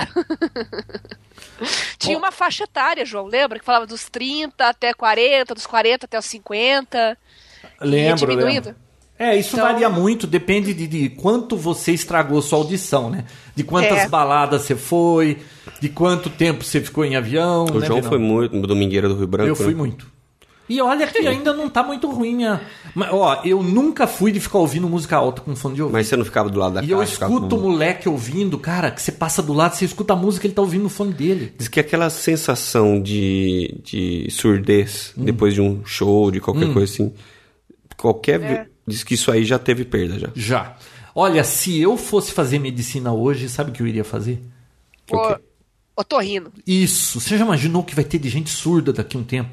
Tinha uma faixa etária, João, lembra? Que falava dos trinta até quarenta, dos quarenta até os cinquenta. Lembro, lembro. É, isso então... varia muito, depende de, de quanto você estragou sua audição, né? De quantas é. baladas você foi, de quanto tempo você ficou em avião. O né, João Verão? foi muito no Domingueira do Rio Branco. Eu fui né? muito. E olha que ainda não tá muito ruim, minha... Mas, ó, eu nunca fui de ficar ouvindo música alta com fone de ouvido. Mas você não ficava do lado da E caixa? eu escuto o com... moleque ouvindo, cara, que você passa do lado, você escuta a música, ele tá ouvindo no fone dele. Diz que aquela sensação de, de surdez hum. depois de um show, de qualquer hum. coisa assim, qualquer... É. Diz que isso aí já teve perda, já. Já. Olha, se eu fosse fazer medicina hoje, sabe o que eu iria fazer? O... Otorrino. Isso. Você já imaginou que vai ter de gente surda daqui a um tempo?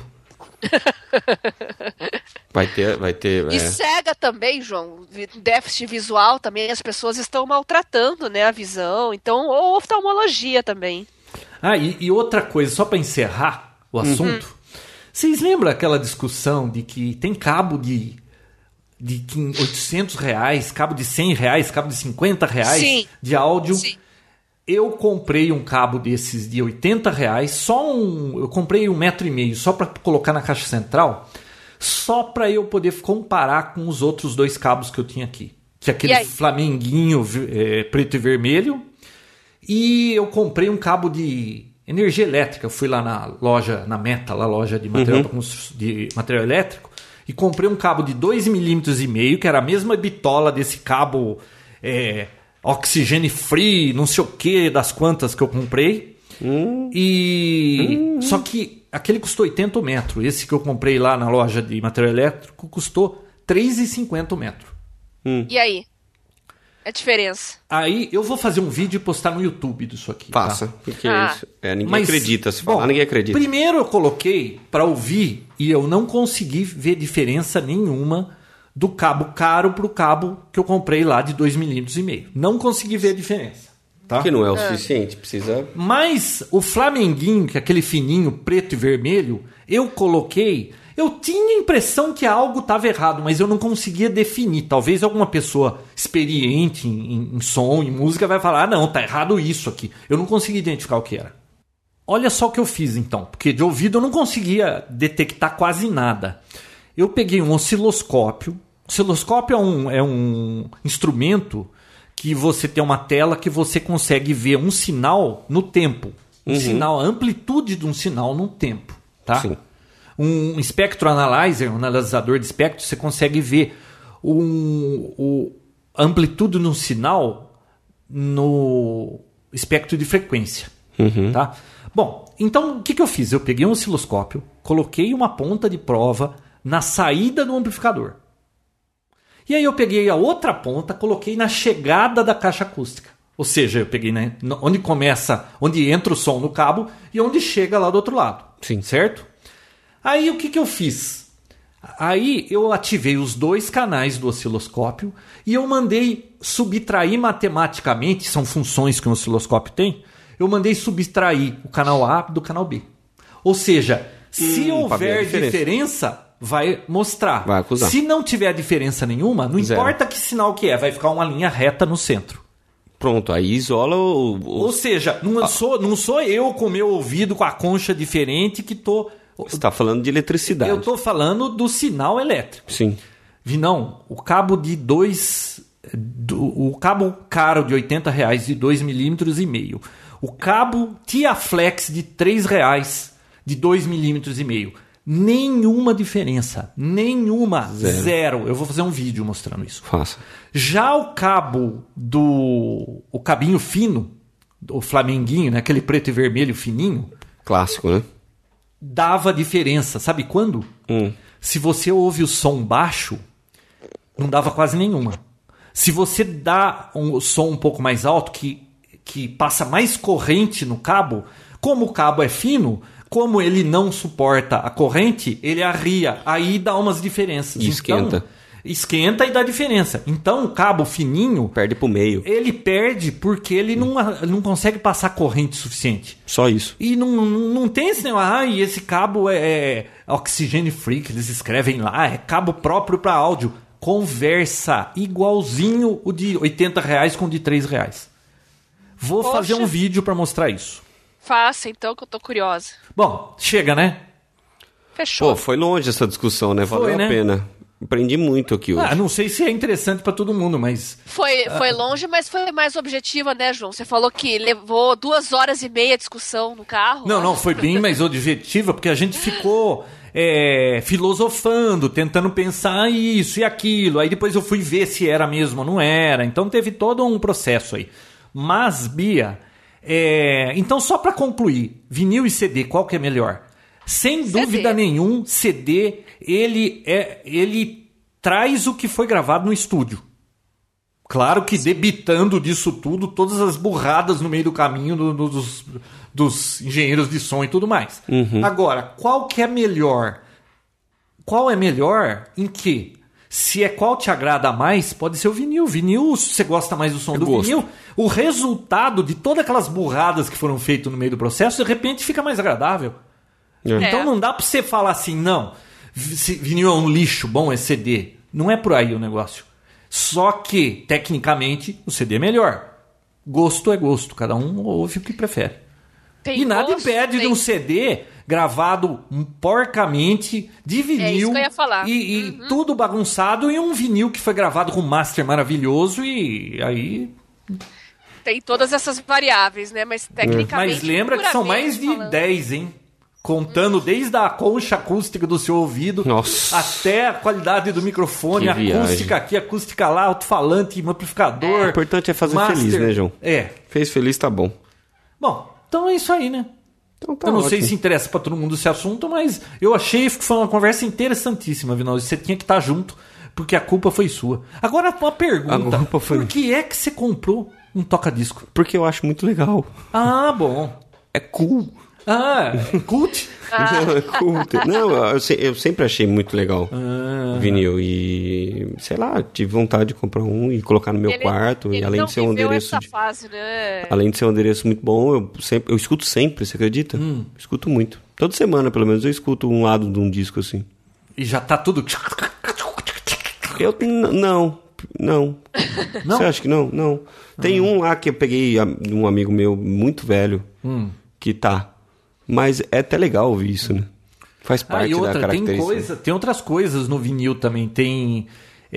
Vai ter, vai ter. E é. cega também, João. Déficit visual também, as pessoas estão maltratando, né, a visão. Então, ou oftalmologia também. Ah, e, e outra coisa, só para encerrar o assunto. Uhum. Vocês lembram aquela discussão de que tem cabo de, de oitocentos reais, cabo de cem reais, cabo de cinquenta reais Sim. de áudio? Sim. Eu comprei um cabo desses de oitenta reais, só um, eu comprei um metro e meio só para colocar na caixa central, só para eu poder comparar com os outros dois cabos que eu tinha aqui. Que é aquele flamenguinho é, preto e vermelho. E eu comprei um cabo de energia elétrica. Eu fui lá na loja, na Meta, lá loja de material, uhum. de material elétrico, e comprei um cabo de dois milímetros e meio, que era a mesma bitola desse cabo... É, oxigênio free, não sei o que, das quantas que eu comprei. Hum. E hum. Só que aquele custou oitenta metros. Esse que eu comprei lá na loja de material elétrico custou três reais e cinquenta metros. Hum. E aí? É a diferença. Aí eu vou fazer um vídeo e postar no YouTube disso aqui. Faça, tá? porque ah. isso, é, ninguém Mas, acredita. Se falar, bom, ninguém acredita. Primeiro eu coloquei para ouvir e eu não consegui ver diferença nenhuma do cabo caro pro cabo que eu comprei lá de dois milímetros e meio. Não consegui ver a diferença. Tá? Que não é o é. suficiente, precisa... Mas o flamenguinho, que é aquele fininho preto e vermelho, eu coloquei... Eu tinha a impressão que algo estava errado, mas eu não conseguia definir. Talvez alguma pessoa experiente em, em som, em música, vai falar, ah, não, tá errado isso aqui. Eu não conseguia identificar o que era. Olha só o que eu fiz então, porque de ouvido eu não conseguia detectar quase nada. Eu peguei um osciloscópio. Osciloscópio é um, é um instrumento que você tem uma tela que você consegue ver um sinal no tempo. Um uhum. sinal, a amplitude de um sinal no tempo. Tá? Sim. Um espectro analyzer, um analisador de espectro, você consegue ver um, um, a amplitude de um sinal no espectro de frequência. Uhum. Tá? Bom, então o que, que eu fiz? Eu peguei um osciloscópio, coloquei uma ponta de prova na saída do amplificador. E aí eu peguei a outra ponta, coloquei na chegada da caixa acústica. Ou seja, eu peguei, né, onde começa, onde entra o som no cabo e onde chega lá do outro lado. Sim. Certo? Aí o que, que eu fiz? Aí eu ativei os dois canais do osciloscópio e eu mandei subtrair matematicamente, são funções que um osciloscópio tem, eu mandei subtrair o canal A do canal B. Ou seja, se hum, houver diferença. diferença, vai mostrar. Vai acusar. Se não tiver diferença nenhuma, não Zero. importa que sinal que é, vai ficar uma linha reta no centro. Pronto, aí isola o... o... Ou seja, não, ah. sou, não sou eu com o meu ouvido com a concha diferente que tô... Você está falando de eletricidade. Eu estou falando do sinal elétrico. Sim. Vinão, o cabo de dois... Do, o cabo caro de oitenta reais de dois milímetros e meio. O cabo Tiaflex de três reais de dois milímetros e meio. Nenhuma diferença. Nenhuma. Zero. Zero. Eu vou fazer um vídeo mostrando isso. Faça. Já o cabo do... O cabinho fino, o flamenguinho, né? Aquele preto e vermelho fininho. Clássico, né? Dava diferença. Sabe quando? Hum. Se você ouve o som baixo, não dava quase nenhuma. Se você dá um som um pouco mais alto, que, que passa mais corrente no cabo, como o cabo é fino... Como ele não suporta a corrente, ele arria. Aí dá umas diferenças. E esquenta. Então, esquenta e dá diferença. Então o cabo fininho... Perde pro meio. Ele perde porque ele não, não consegue passar corrente suficiente. Só isso. E não, não, não tem esse negócio... Ah, e esse cabo é, é oxigênio free, que eles escrevem lá. É cabo próprio para áudio. Conversa igualzinho o de oitenta reais com o de três reais. Vou Poxa. fazer um vídeo para mostrar isso. Faça, então, que eu tô curiosa. Bom, chega, né? Fechou. Pô, foi longe essa discussão, né? Valeu foi, né? a pena. Aprendi muito aqui hoje. Ah, não sei se é interessante pra todo mundo, mas... Foi, foi longe, mas foi mais objetiva, né, João? Você falou que levou duas horas e meia de discussão no carro. Não, não, foi bem mais objetiva, porque a gente ficou é, filosofando, tentando pensar isso e aquilo. Aí depois eu fui ver se era mesmo ou não era. Então teve todo um processo aí. Mas, Bia, é, então só pra concluir, vinil e C D, qual que é melhor? Sem C D. Dúvida nenhum, C D, ele, é, ele traz o que foi gravado no estúdio. Claro que debitando disso tudo, todas as burradas no meio do caminho do, do, dos, dos engenheiros de som e tudo mais. Uhum. Agora, qual que é melhor? Qual é melhor em que? Se é qual te agrada mais, pode ser o vinil. Vinil, se você gosta mais do som Eu do gosto. vinil, o resultado de todas aquelas burradas que foram feitas no meio do processo, de repente fica mais agradável. É. Então não dá pra você falar assim, não, vinil é um lixo, bom é C D. Não é por aí o negócio. Só que, tecnicamente, o C D é melhor. Gosto é gosto, cada um ouve o que prefere. Tem e nada gosto, impede tem... de um C D gravado porcamente, de vinil, É isso que eu ia falar. e, e Uhum. tudo bagunçado, e um vinil que foi gravado com master maravilhoso, e aí... Tem todas essas variáveis, né? Mas tecnicamente... Mas lembra que são mais de falando... dez, hein? Contando desde a concha acústica do seu ouvido, Nossa. até a qualidade do microfone, Que a viagem. acústica aqui, acústica lá, alto-falante, amplificador. O importante é fazer master. feliz, né, João? É. Fez feliz, tá bom. Bom, então é isso aí, né? Então tá Eu não ótimo. sei se interessa pra todo mundo esse assunto, mas eu achei que foi uma conversa interessantíssima, Vinal. Você tinha que estar junto, porque a culpa foi sua. Agora, uma pergunta. A culpa foi- Por que é que você comprou um toca-disco? Porque eu acho muito legal. Ah, bom. É cool. Ah, cult? Não, é cool. Não, eu, se- eu sempre achei muito legal Ah. vinil. E, sei lá, tive vontade de comprar um e colocar no meu Ele- quarto. ele E além não de ser um viveu endereço... essa de- fase, né? Além de ser um endereço muito bom, eu, sempre, eu escuto sempre, você acredita? Hum. Escuto muito. Toda semana, pelo menos, eu escuto um lado de um disco assim. E já tá tudo... Eu n- não, não. Não? Você acha que não? Não. Tem um lá que eu peguei a- de um amigo meu muito velho Hum. que tá. Mas é até legal ouvir isso, né? Faz Ah, parte e outra, da tem, característica. coisa, tem outras coisas no vinil também. Tem.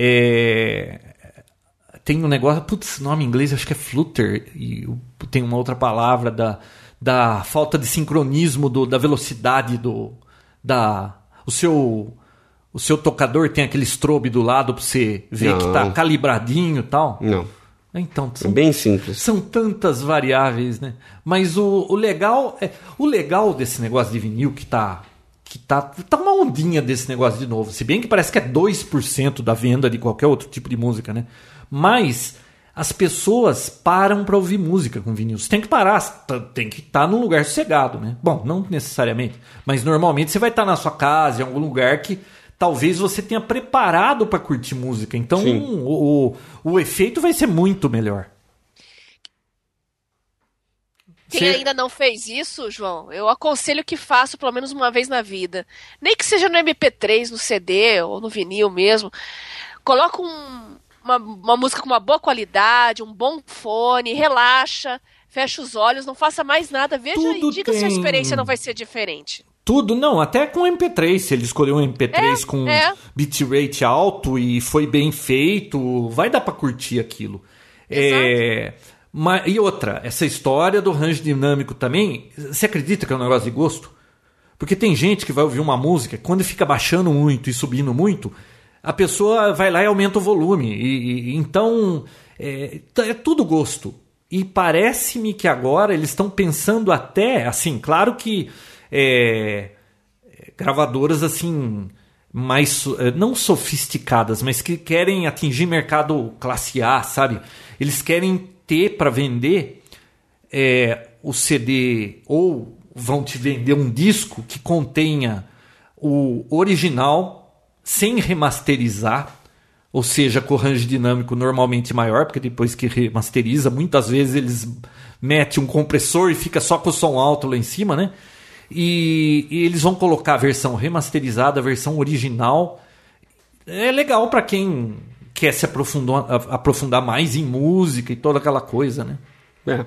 é, Tem um negócio. Putz, nome em inglês acho que é flutter. E o- tem uma outra palavra da, da falta de sincronismo, do, da velocidade do. Da, o seu. O seu tocador tem aquele strobe do lado pra você ver Não. que tá calibradinho e tal. Não, Então, é são bem simples. são tantas variáveis, né? Mas o, o legal é o legal desse negócio de vinil que tá que tá tá uma ondinha desse negócio de novo. Se bem que parece que é dois por cento da venda de qualquer outro tipo de música, né? Mas as pessoas param para ouvir música com vinil. Você tem que parar, tá- tem que estar num lugar sossegado, né? Bom, não necessariamente, mas normalmente você vai estar na sua casa, em algum lugar que talvez você tenha preparado para curtir música. Então Sim. o, o, o efeito vai ser muito melhor. Quem Cê- ainda não fez isso, João, eu aconselho que faça pelo menos uma vez na vida. Nem que seja no M P três, no C D ou no vinil mesmo. Coloca um- uma, uma música com uma boa qualidade, um bom fone, relaxa, fecha os olhos, não faça mais nada. Veja Tudo e diga se a tem- experiência não vai ser diferente. Tudo, não, até com M P três, se ele escolheu um M P três É, com é. bitrate alto e foi bem feito, vai dar pra curtir aquilo. É, ma- e outra, essa história do range dinâmico também, você acredita que é um negócio de gosto? Porque tem gente que vai ouvir uma música, quando fica baixando muito e subindo muito, a pessoa vai lá e aumenta o volume. E, e- então, é, é tudo gosto. E parece-me que agora eles estão pensando até, assim, claro que é, gravadoras assim mais so- eh, não sofisticadas, mas que querem atingir mercado classe A, sabe? Eles querem ter para vender é, o C D, ou vão te vender um disco que contenha o original sem remasterizar, ou seja, com o range dinâmico normalmente maior, porque depois que remasteriza, muitas vezes eles metem um compressor e fica só com o som alto lá em cima, né? E, e eles vão colocar a versão remasterizada, a versão original. É legal para quem quer se aprofundar, aprofundar mais em música e toda aquela coisa, né? É.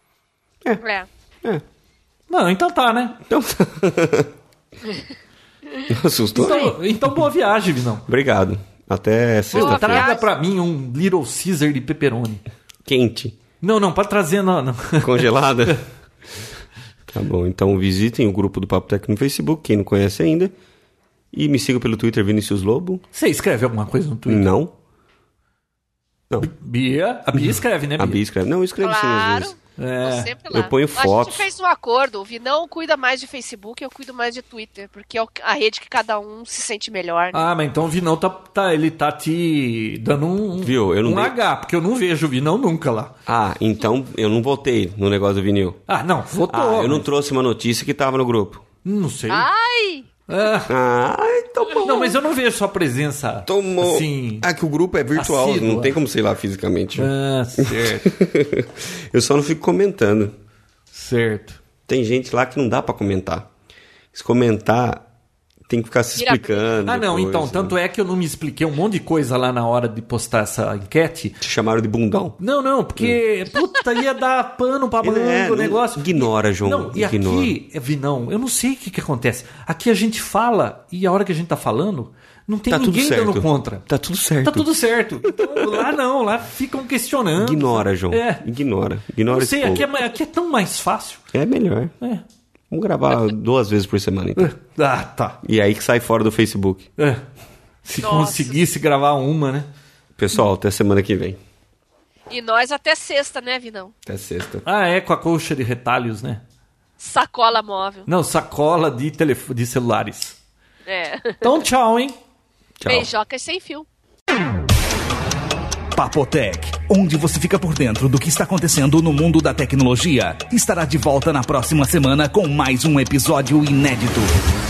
É. É. Não, então tá, né? Então, Assustou? Então, então boa viagem, Vinão. Obrigado. Até sexta-feira. Traga pra mim um Little Caesar de pepperoni. Quente. Não, não, pode trazer, não. não. Congelada? Tá bom, então visitem o grupo do Papo Tech no Facebook, quem não conhece ainda. E me siga pelo Twitter, Vinícius Lobo. Você escreve alguma coisa no Twitter? Não. Não. Bia? A Bia escreve, né, Bia? A Bia escreve. Não, eu escrevo Claro. sim às vezes. É. Sempre lá. Eu ponho A fotos. gente fez um acordo. O Vinão cuida mais de Facebook, eu cuido mais de Twitter. Porque é a rede que cada um se sente melhor. Né? Ah, mas então o Vinão tá, tá, ele tá te dando um, Viu? Eu não um dei- H, porque eu não vejo o Vinão nunca lá. Ah, então eu não votei no negócio do vinil. Ah, não, votou. Ah, eu não mas- trouxe uma notícia que tava no grupo. Não sei. Ai! É. Ah, então bom. Não, mas eu não vejo sua presença. Tomou. Assim. Ah, que o grupo é virtual, assídua. não tem como sei lá fisicamente. Ah, certo. Eu só não fico comentando. Certo. Tem gente lá que não dá pra comentar. Se comentar, tem que ficar se Vira- explicando. Ah, não, depois, então, né? tanto é que eu não me expliquei um monte de coisa lá na hora de postar essa enquete. Te chamaram de bundão. Não, não, porque, puta, ia dar pano pra banda É, o não- negócio. ignora, João, Não, e ignora. aqui, é, Vinão, eu não sei o que que acontece. Aqui a gente fala, e a hora que a gente tá falando, não tem Tá tudo ninguém certo. dando contra. Tá tudo certo. Tá tudo certo. Então, lá não, lá ficam questionando. Ignora, João. É. Ignora. Ignora Não esse sei, povo. aqui é, ma- aqui é tão mais fácil. É melhor. É. Vamos gravar duas vezes por semana, então. Ah, tá. E aí que sai fora do Facebook. É. Se Nossa. conseguisse gravar uma, né? Pessoal, até semana que vem. E nós até sexta, né, Vinão? Até sexta. Ah, é, com a colcha de retalhos, né? Sacola móvel. Não, sacola de, telefo- de celulares. É. Então, tchau, hein? Tchau. Beijocas sem fio. Papotec, onde você fica por dentro do que está acontecendo no mundo da tecnologia, estará de volta na próxima semana com mais um episódio inédito.